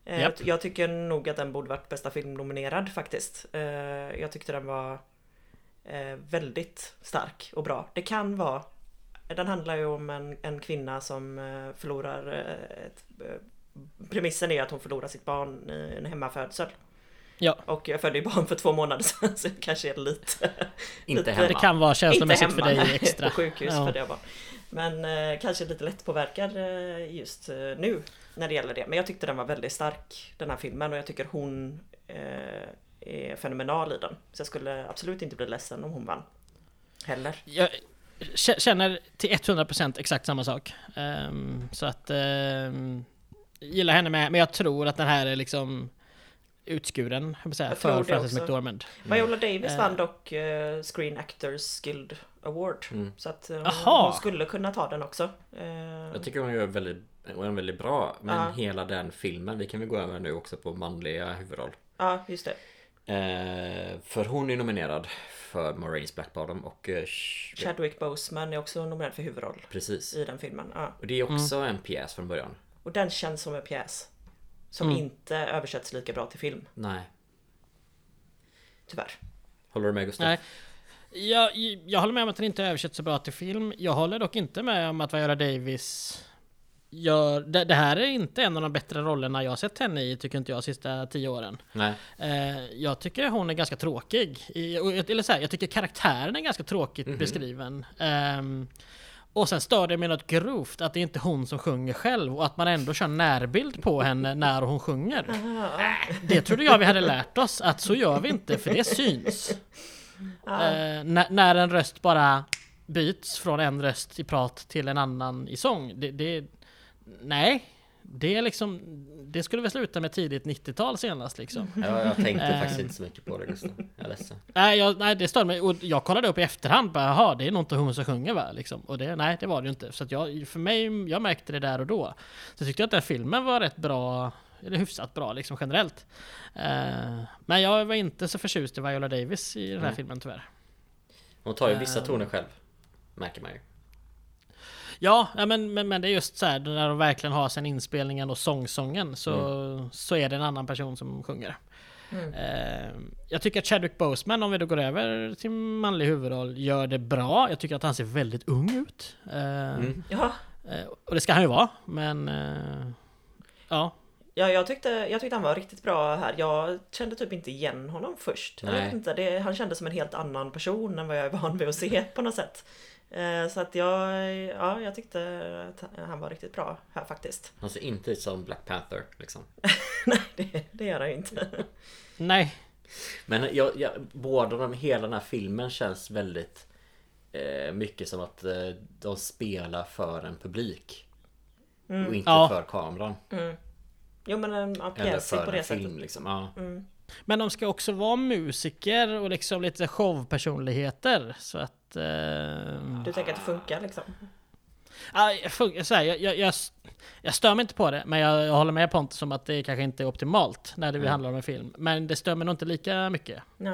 Eh, Japp. Jag tycker nog att den borde varit bästa film nominerad faktiskt. Eh, jag tyckte den var eh, väldigt stark och bra. Det kan vara, den handlar ju om en, en kvinna som eh, förlorar eh, ett, eh, premissen är att hon förlorar sitt barn i en hemmafödsel. Ja. Och jag födde ju barn för två månader sedan, så kanske är det lite... Inte lite, hemma. Det kan vara känslomässigt inte för hemma, dig extra. på sjukhus Ja. för det barn. Men eh, kanske lite lättpåverkad eh, just eh, nu när det gäller det. Men jag tyckte den var väldigt stark, den här filmen. Och jag tycker hon eh, är fenomenal i den. Så jag skulle absolut inte bli ledsen om hon vann. Heller. Jag k- känner till hundra procent exakt samma sak. Ehm, så att um, gillar henne med, men jag tror att den här är liksom utskuren, jag säga, Jag tror för det Frances också. McDormand. Viola Davis Eh. vann dock eh, Screen Actors Guild Award. Mm. Så att eh, Aha. hon skulle kunna ta den också. Eh, Jag tycker hon gör väldigt, hon är väldigt bra. Men Ja. hela den filmen, vi kan väl gå över nu också på manliga huvudroll. Ja, just det. Eh, för hon är nominerad för Maurice Black Bottom och eh, Chadwick Boseman är också nominerad för huvudroll precis. i den filmen. Ja. Och det är också en pjäs från början. Och den känns som en pjäs. Som Mm. inte översätts lika bra till film. Nej. Tyvärr. Håller du med Gustav? Nej. Jag, jag håller med om att den inte översätts så bra till film. Jag håller dock inte med om att Viola Davis gör... Det, det här är inte en av de bättre rollerna jag har sett henne i, tycker inte jag, de sista tio åren. Nej. Eh, jag tycker hon är ganska tråkig. I, och- eller så här, jag tycker karaktären är ganska tråkigt Mhm. beskriven. Ehm, och sen stör det mig något grovt att det är inte hon som sjunger själv och att man ändå kör närbild på henne när hon sjunger. Det trodde jag vi hade lärt oss, att så gör vi inte, för det syns. Eh, när, när en röst bara byts från en röst i prat till en annan i sång. Det, det, nej, det är liksom, det skulle väl sluta med tidigt nittiotal senast liksom. Ja, jag tänkte Eh. faktiskt inte så mycket på det Gustav. Jag är ledsen. Nej, jag, nej, det stör mig. Och jag kollade upp i efterhand, bara, jaha, det är nog inte hon som sjunger va? Liksom. Och det, nej, det var det ju inte. Så att jag, för mig, jag märkte det där och då. Så jag tyckte att den filmen var rätt bra, eller hyfsat bra liksom generellt. Eh, men jag var inte så förtjust i Viola Davis i den här Mm. filmen tyvärr. Hon tar ju vissa Eh. toner själv. Märker man ju. Ja, ja men, men, men det är just så här, när de verkligen har sen inspelningen och sångsången så, så är det en annan person som sjunger. Mm. Eh, jag tycker att Chadwick Boseman, om vi då går över till manlig huvudroll, gör det bra. Jag tycker att han ser väldigt ung ut. Eh, Mm. Ja, eh, och det ska han ju vara, men eh, ja. ja jag, tyckte, jag tyckte han var riktigt bra här. Jag kände typ inte igen honom först. Jag Nej. vet inte, det, han kändes som en helt annan person än vad jag är van vid att se på något sätt. Eh, så att jag, ja, jag tyckte att han var riktigt bra här faktiskt. Han ser inte ut som Black Panther liksom. Nej, det, det gör han ju inte. Nej. Men jag, jag, båda de, hela den här filmen känns väldigt eh, mycket som att eh, de spelar för en publik. Och inte Ja. för kameran. Mm. Jo men en ja, Eller pjäs på för det en sättet. film liksom. Ja. Mm. Men de ska också vara musiker och liksom lite showpersonligheter. Så att... Eh, Du tänker att det funkar liksom? Ja, jag, fun- så här, jag, jag, jag, jag stör mig inte på det, men jag, jag håller med Pontus om att det kanske inte är optimalt när det Mm. handlar om en film. Men det stör mig nog inte lika mycket, Nej.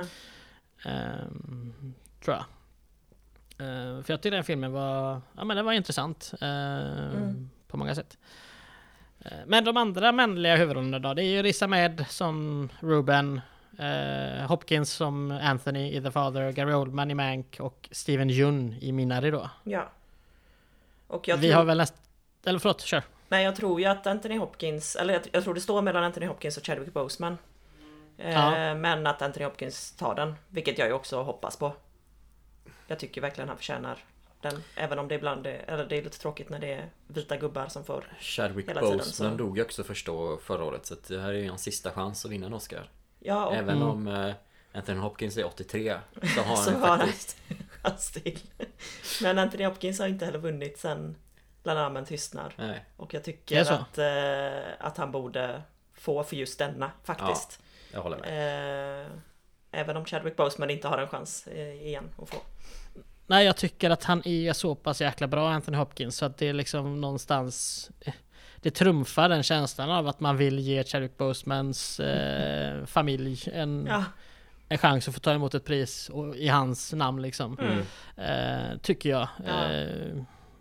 ehm, tror jag. Ehm, för jag tyckte den filmen var, ja, men den var intressant ehm, Mm. på många sätt. Ehm, men de andra manliga huvudrollerna då, det är ju Riz Ahmed som Ruben, eh, Hopkins som Anthony i The Father, Gary Oldman i Mank och Steven Yeun i Minari då. Ja. Och jag Vi tror, har väl näst... Eller förlåt, kör. nej, jag tror ju att Anthony Hopkins, eller jag, jag tror det står mellan Anthony Hopkins och Chadwick Boseman. Eh, Ja. Men att Anthony Hopkins tar den, vilket jag ju också hoppas på. Jag tycker verkligen han förtjänar den, även om det ibland är, eller det är lite tråkigt när det är vita gubbar som får. Chadwick Hela tiden, Boseman så. dog ju också förstå förra året. Så att det här är ju hans sista chans att vinna en Oscar. Ja, och Även Mm. om eh, Anthony Hopkins är åttiotre så har så han har han faktiskt... chans till. Men Anthony Hopkins har inte heller vunnit sen Bland armen tystnar. Nej. Och jag Det är tycker så. att, eh, att han borde få för just denna faktiskt. Jag håller med. Eh, även om Chadwick Boseman inte har en chans eh, igen att få. Nej, jag tycker att han är så pass jäkla bra, Anthony Hopkins, så att det är liksom någonstans... Det trumfar den känslan av att man vill ge Chadwick Bosemans eh, familj en, Ja. en chans att få ta emot ett pris och, i hans namn liksom. Mm. Eh, tycker jag. Ja. Eh,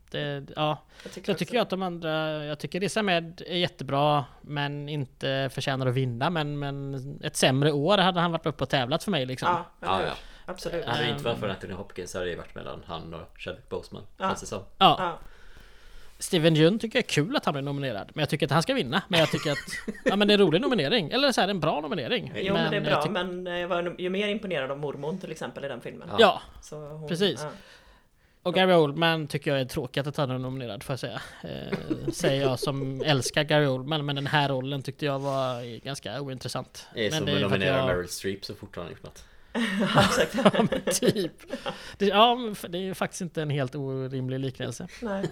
Det, ja. Jag tycker, Så jag också. tycker jag att de andra, jag tycker Riz Ahmed är jättebra, men inte förtjänar att vinna, men, men ett sämre år hade han varit uppe och tävlat för mig liksom. Ja, Ja, eller ja. hur? Absolut. Hade det inte varit för Anthony Hopkins så hade det varit mellan han och Chadwick Boseman. Ja. Känns det som. Ja. Ja. Steven Yeun tycker jag är kul att han blir nominerad, men jag tycker att han ska vinna. Men jag tycker att ja, men det är en rolig nominering, eller så här, en bra nominering. Jo, men det är jag bra, tyck- men jag var ju mer imponerad av mormon till exempel i den filmen. Ja. Ja, Så hon, Precis. Ja. och Gary Oldman tycker jag är tråkigt att han är nominerad, får jag säga. Eh, säger jag som älskar Gary Oldman, men den här rollen tyckte jag var ganska ointressant. Det är men som det är att för att nominera jag- Meryl Streep så fort han har gjort något. Ja, exakt. Ja, men typ. Det, ja, men för- det är ju faktiskt inte en helt orimlig liknelse. Nej,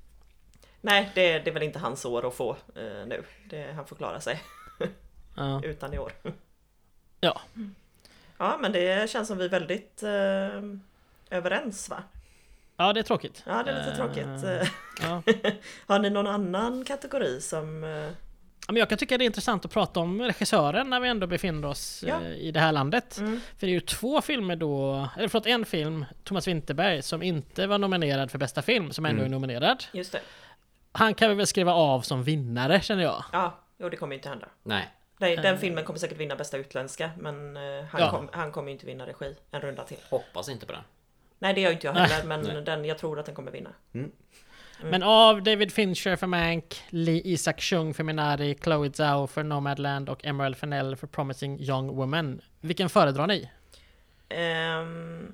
Nej det, det är väl inte hans år att få eh, nu. Det, han får klara sig Ja. utan i år. Ja. Ja, men det känns som vi är väldigt eh, överens, va? ja, det är tråkigt. Ja, det är lite Eh, tråkigt. Eh, Ja. Har ni någon annan kategori som... eh, Ja, men jag kan tycka det är intressant att prata om regissören när vi ändå befinner oss Ja. eh, i det här landet. Mm. För det är ju två filmer då, eller förlåt en film, Thomas Vinterberg, som inte var nominerad för bästa film, som ändå Mm. är nominerad. Just det. Han kan vi väl skriva av som vinnare, känner jag. Ja, jo, det kommer ju inte hända. Nej. Nej, den Eh. filmen kommer säkert vinna bästa utländska, men eh, han, Ja. kom, han kommer ju inte vinna regi en runda till. Hoppas inte på den. Nej, det gör ju inte jag heller, men Nej. den, jag tror att den kommer vinna. Mm. Men av David Fincher för Mank, Lee Isaac Chung för Minari, Chloe Zhao för Nomadland och Emerald Fennell för Promising Young Woman. Vilken föredrar ni? Ehm,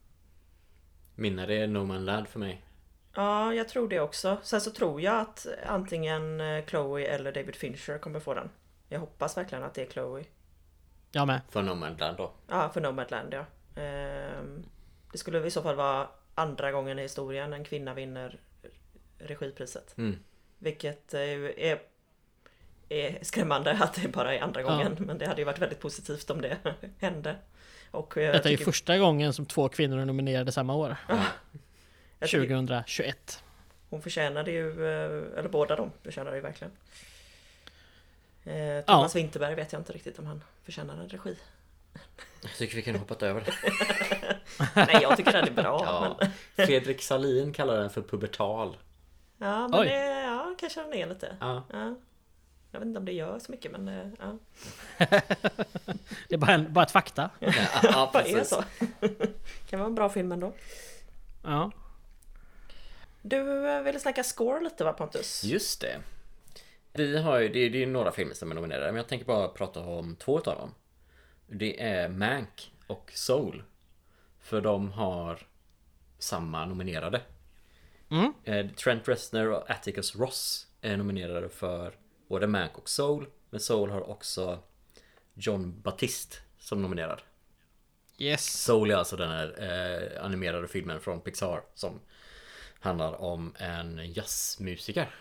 Minnar är No Man Land för mig. ja, jag tror det också. Sen så tror jag att antingen eh, Chloe eller David Fincher kommer få den. Jag hoppas verkligen att det är Chloe. Jag med. För No Man Land då. Ja, för Nomadland, ja. Ehm, det skulle i så fall vara andra gången i historien en kvinna vinner regipriset. Mm. Vilket eh, är, är skrämmande att det bara är andra gången. Ja. Men det hade ju varit väldigt positivt om det hände. Och eh, jag Detta är ju tycker- första gången som två kvinnor är nominerade samma år. jag tycker tjugohundratjugoett. Hon förtjänade ju, eh, eller båda de förtjänade ju verkligen. Eh, Thomas Vinterberg vet jag inte riktigt om han förtjänar en regi. Jag tycker vi kan hoppa över det. Nej, jag tycker den är bra. Ja. Men, Fredrik Salin kallar den för pubertal. ja, men Oj. det, ja, kanske den är lite. Ja. Ja. Jag vet inte om det gör så mycket, men eh, ja. Det är bara, en, bara ett fakta. Ja, ja, Vad är precis. så? Kan vara en bra film ändå. Ja. Du eh, ville snacka score lite, va, Pontus? Just det. Vi har ju, det är, det är några filmer som är nominerade, men jag tänker bara prata om två av dem. Det är Mank och Soul. För de har samma nominerade. Mm. Eh, Trent Reznor och Atticus Ross är nominerade för både Mank och Soul. Men Soul har också John Batiste som nominerad. Yes. Soul är alltså den här eh, animerade filmen från Pixar som handlar om en jazzmusiker.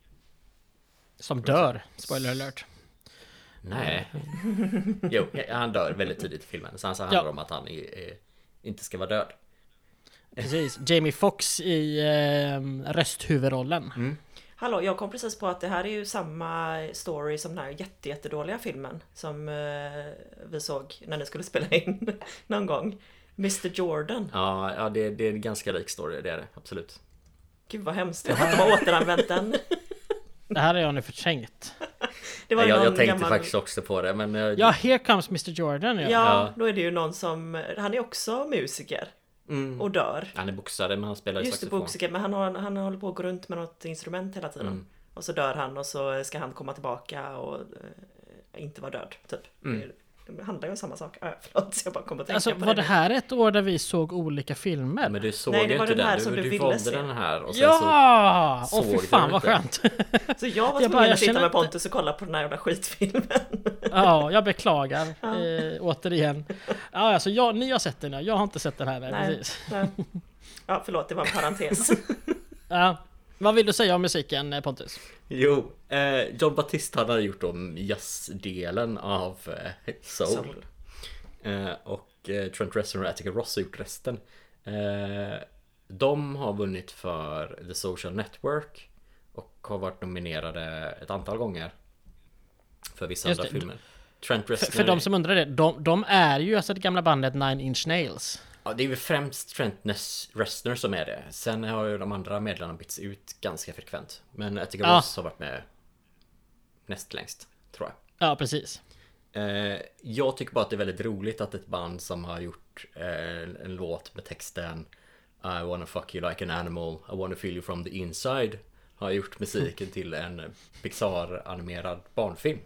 Som dör. Spoiler alert. Nej. Jo, han dör väldigt tidigt i filmen. Sen så handlar det Ja. om att han är, är, inte ska vara död. Precis. Jamie Foxx i eh, rösthuvudrollen. Mm. Hallå, jag kom precis på att det här är ju samma story som den här jätte, jättedåliga filmen som eh, vi såg när ni skulle spela in någon gång. mister Jordan. Ja, ja det, det är en ganska lik story, det är det, absolut. Gud vad hemskt, jag har inte återanvänt den. Det här är jag nu förträngt. Det var Jag, någon jag tänkte gammal... faktiskt också på det, men... Jag, Ja, Here Comes mister Jordan. Ja. Ja, Ja. då är det ju någon som... Han är också musiker mm, och dör. han är boxare, men han spelar ju Just det, saxofon. musiker, men han, har, han håller på att gå runt med något instrument hela tiden. Mm. Och så dör han och så ska han komma tillbaka och eh, inte vara död, typ. Mm. Det, det handlar ju om samma sak. Äh, förlåt, jag bara kommer att tänka Alltså, på var det nu. här ett år där vi såg olika filmer? Men du såg Nej, det ju var inte den här den, som du, du du ville valde se. den här och sen Ja! så Åh såg fy du fan den vad inte. skönt. Så jag var Jag bara, tvungen jag att sitta känner med inte- Pontus och kolla på den här jävla skitfilmen. Ja, jag beklagar. Eh, återigen. Ja, alltså jag, ni har sett den, ja. Jag har inte sett den här. Nej, Nej. precis. Nej. Ja, förlåt, det var en parentes. Ja. Vad vill du säga om musiken, eh, Pontus? Jo, eh, John Batiste hade gjort om jazzdelen av eh, Soul. Soul. Eh, och eh, Trent Reznor och Atticus Ross har gjort resten. Eh, de har vunnit för The Social Network och har varit nominerade ett antal gånger för vissa Just andra det. filmer. Trent För, Reznor för de som undrar det, de, de är ju alltså det gamla bandet Nine Inch Nails. Ja, det är väl främst Trent Reznor som är det. Sen har ju de andra medlarna bytts ut ganska frekvent. Men Atticus Ja. Ross har varit med näst längst, tror jag. Ja, precis. Eh, jag tycker bara att det är väldigt roligt att ett band som har gjort eh, en låt med texten I wanna fuck you like an animal, I wanna feel you from the inside, har gjort musiken till en Pixar-animerad barnfilm.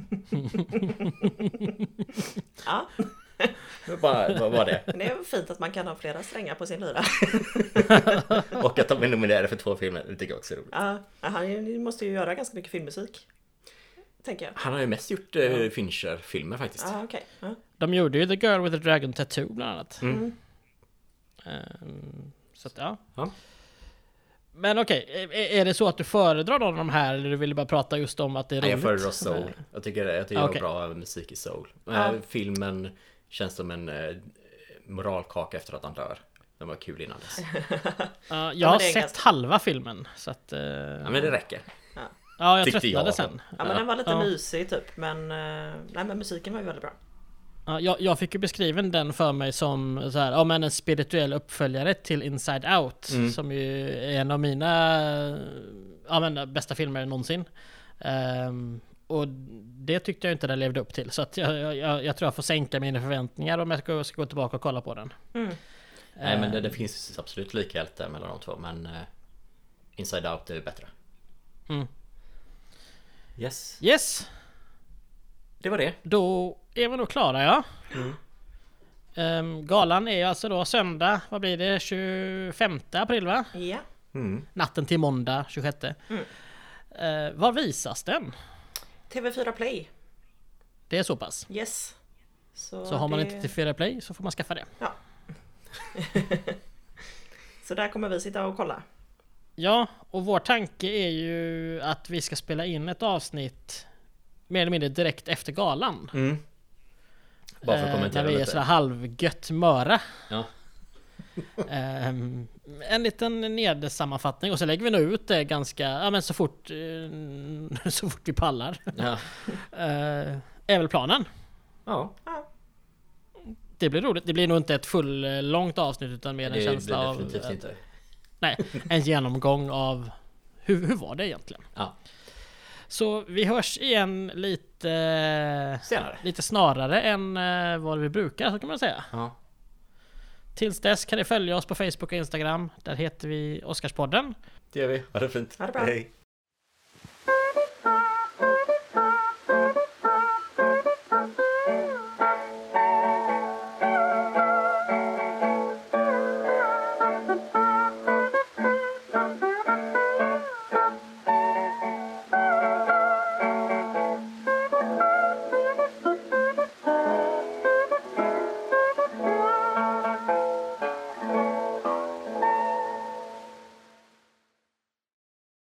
Ja, Bara, vad var det? det är fint att man kan ha flera strängar på sin lyra. Och att de är nominerade för två filmer, det tycker jag också är roligt. Ja, han måste ju göra ganska mycket filmmusik. Tänker jag. Han har ju mest gjort eh, Fincher-filmer faktiskt. Ja, okej. Ja. De gjorde ju The Girl with the Dragon Tattoo bland annat. Mm. Ehm, så att, ja. Ja. Men okej, är, är det så att du föredrar någon av de här eller du vill bara prata just om att det är Nej, roligt? jag föredrar soul. Jag tycker, jag tycker Ah, det okej. var bra musik i soul. Ja. Eh, Filmen känns som en eh, moralkaka efter att han dör. Den var kul innan dess. Ja, jag Ja, har men det är sett ganska- halva filmen. Så att, eh, Ja, men det räcker. ja, jag tyckte tröttnade jag. sen. Ja, men den var lite Ja. mysig typ. Men, eh, nej, men musiken var ju väldigt bra. Ja, jag, jag fick ju beskriven den för mig som så här, ja, men en spirituell uppföljare till Inside Out. Mm. Som ju är en av mina ja, men, bästa filmer någonsin. Ehm, och det tyckte jag inte den levde upp till. Så att jag, jag, jag tror jag får sänka mina förväntningar om jag ska, ska gå tillbaka och kolla på den. Mm. Nej, men det, det finns absolut likhet där mellan de två. Men eh, Inside Out är bättre. Mm. Yes, Yes, det var det. då är vi nog klara, ja. Mm. Ehm, galan är alltså då söndag, vad blir det? tjugofemte april, va? Ja. Mm. Natten till måndag, tjugosjätte. Mm. Ehm, var visas den? T V fyra Play. Det är så pass. Yes. Så, Så har man det... inte till fyra Play så får man skaffa det. Ja. Så där kommer vi sitta och kolla. Ja, och vår tanke är ju att vi ska spela in ett avsnitt mer eller mindre direkt efter galan. Mm. Bara för att Eh, kommentera när vi är lite. sådär halvgött möra. Ja. Ehm, en liten nedsammanfattning och så lägger vi nog ut det ganska, ja men så fort eh, så fort vi pallar. Ja. Eh, är väl planen. Ja. Det blir roligt. Det blir nog inte ett full eh, långt avsnitt utan mer en Det känsla blir av definitivt eh, inte. nej, en genomgång av hur, hur var det egentligen? Ja. Så vi hörs igen lite Senare. lite snarare än eh, vad vi brukar, så kan man säga. Ja. Tills dess kan ni följa oss på Facebook och Instagram. Där heter vi Oscarspodden. Det gör vi. Ha det fint. Ha det bra. Hej.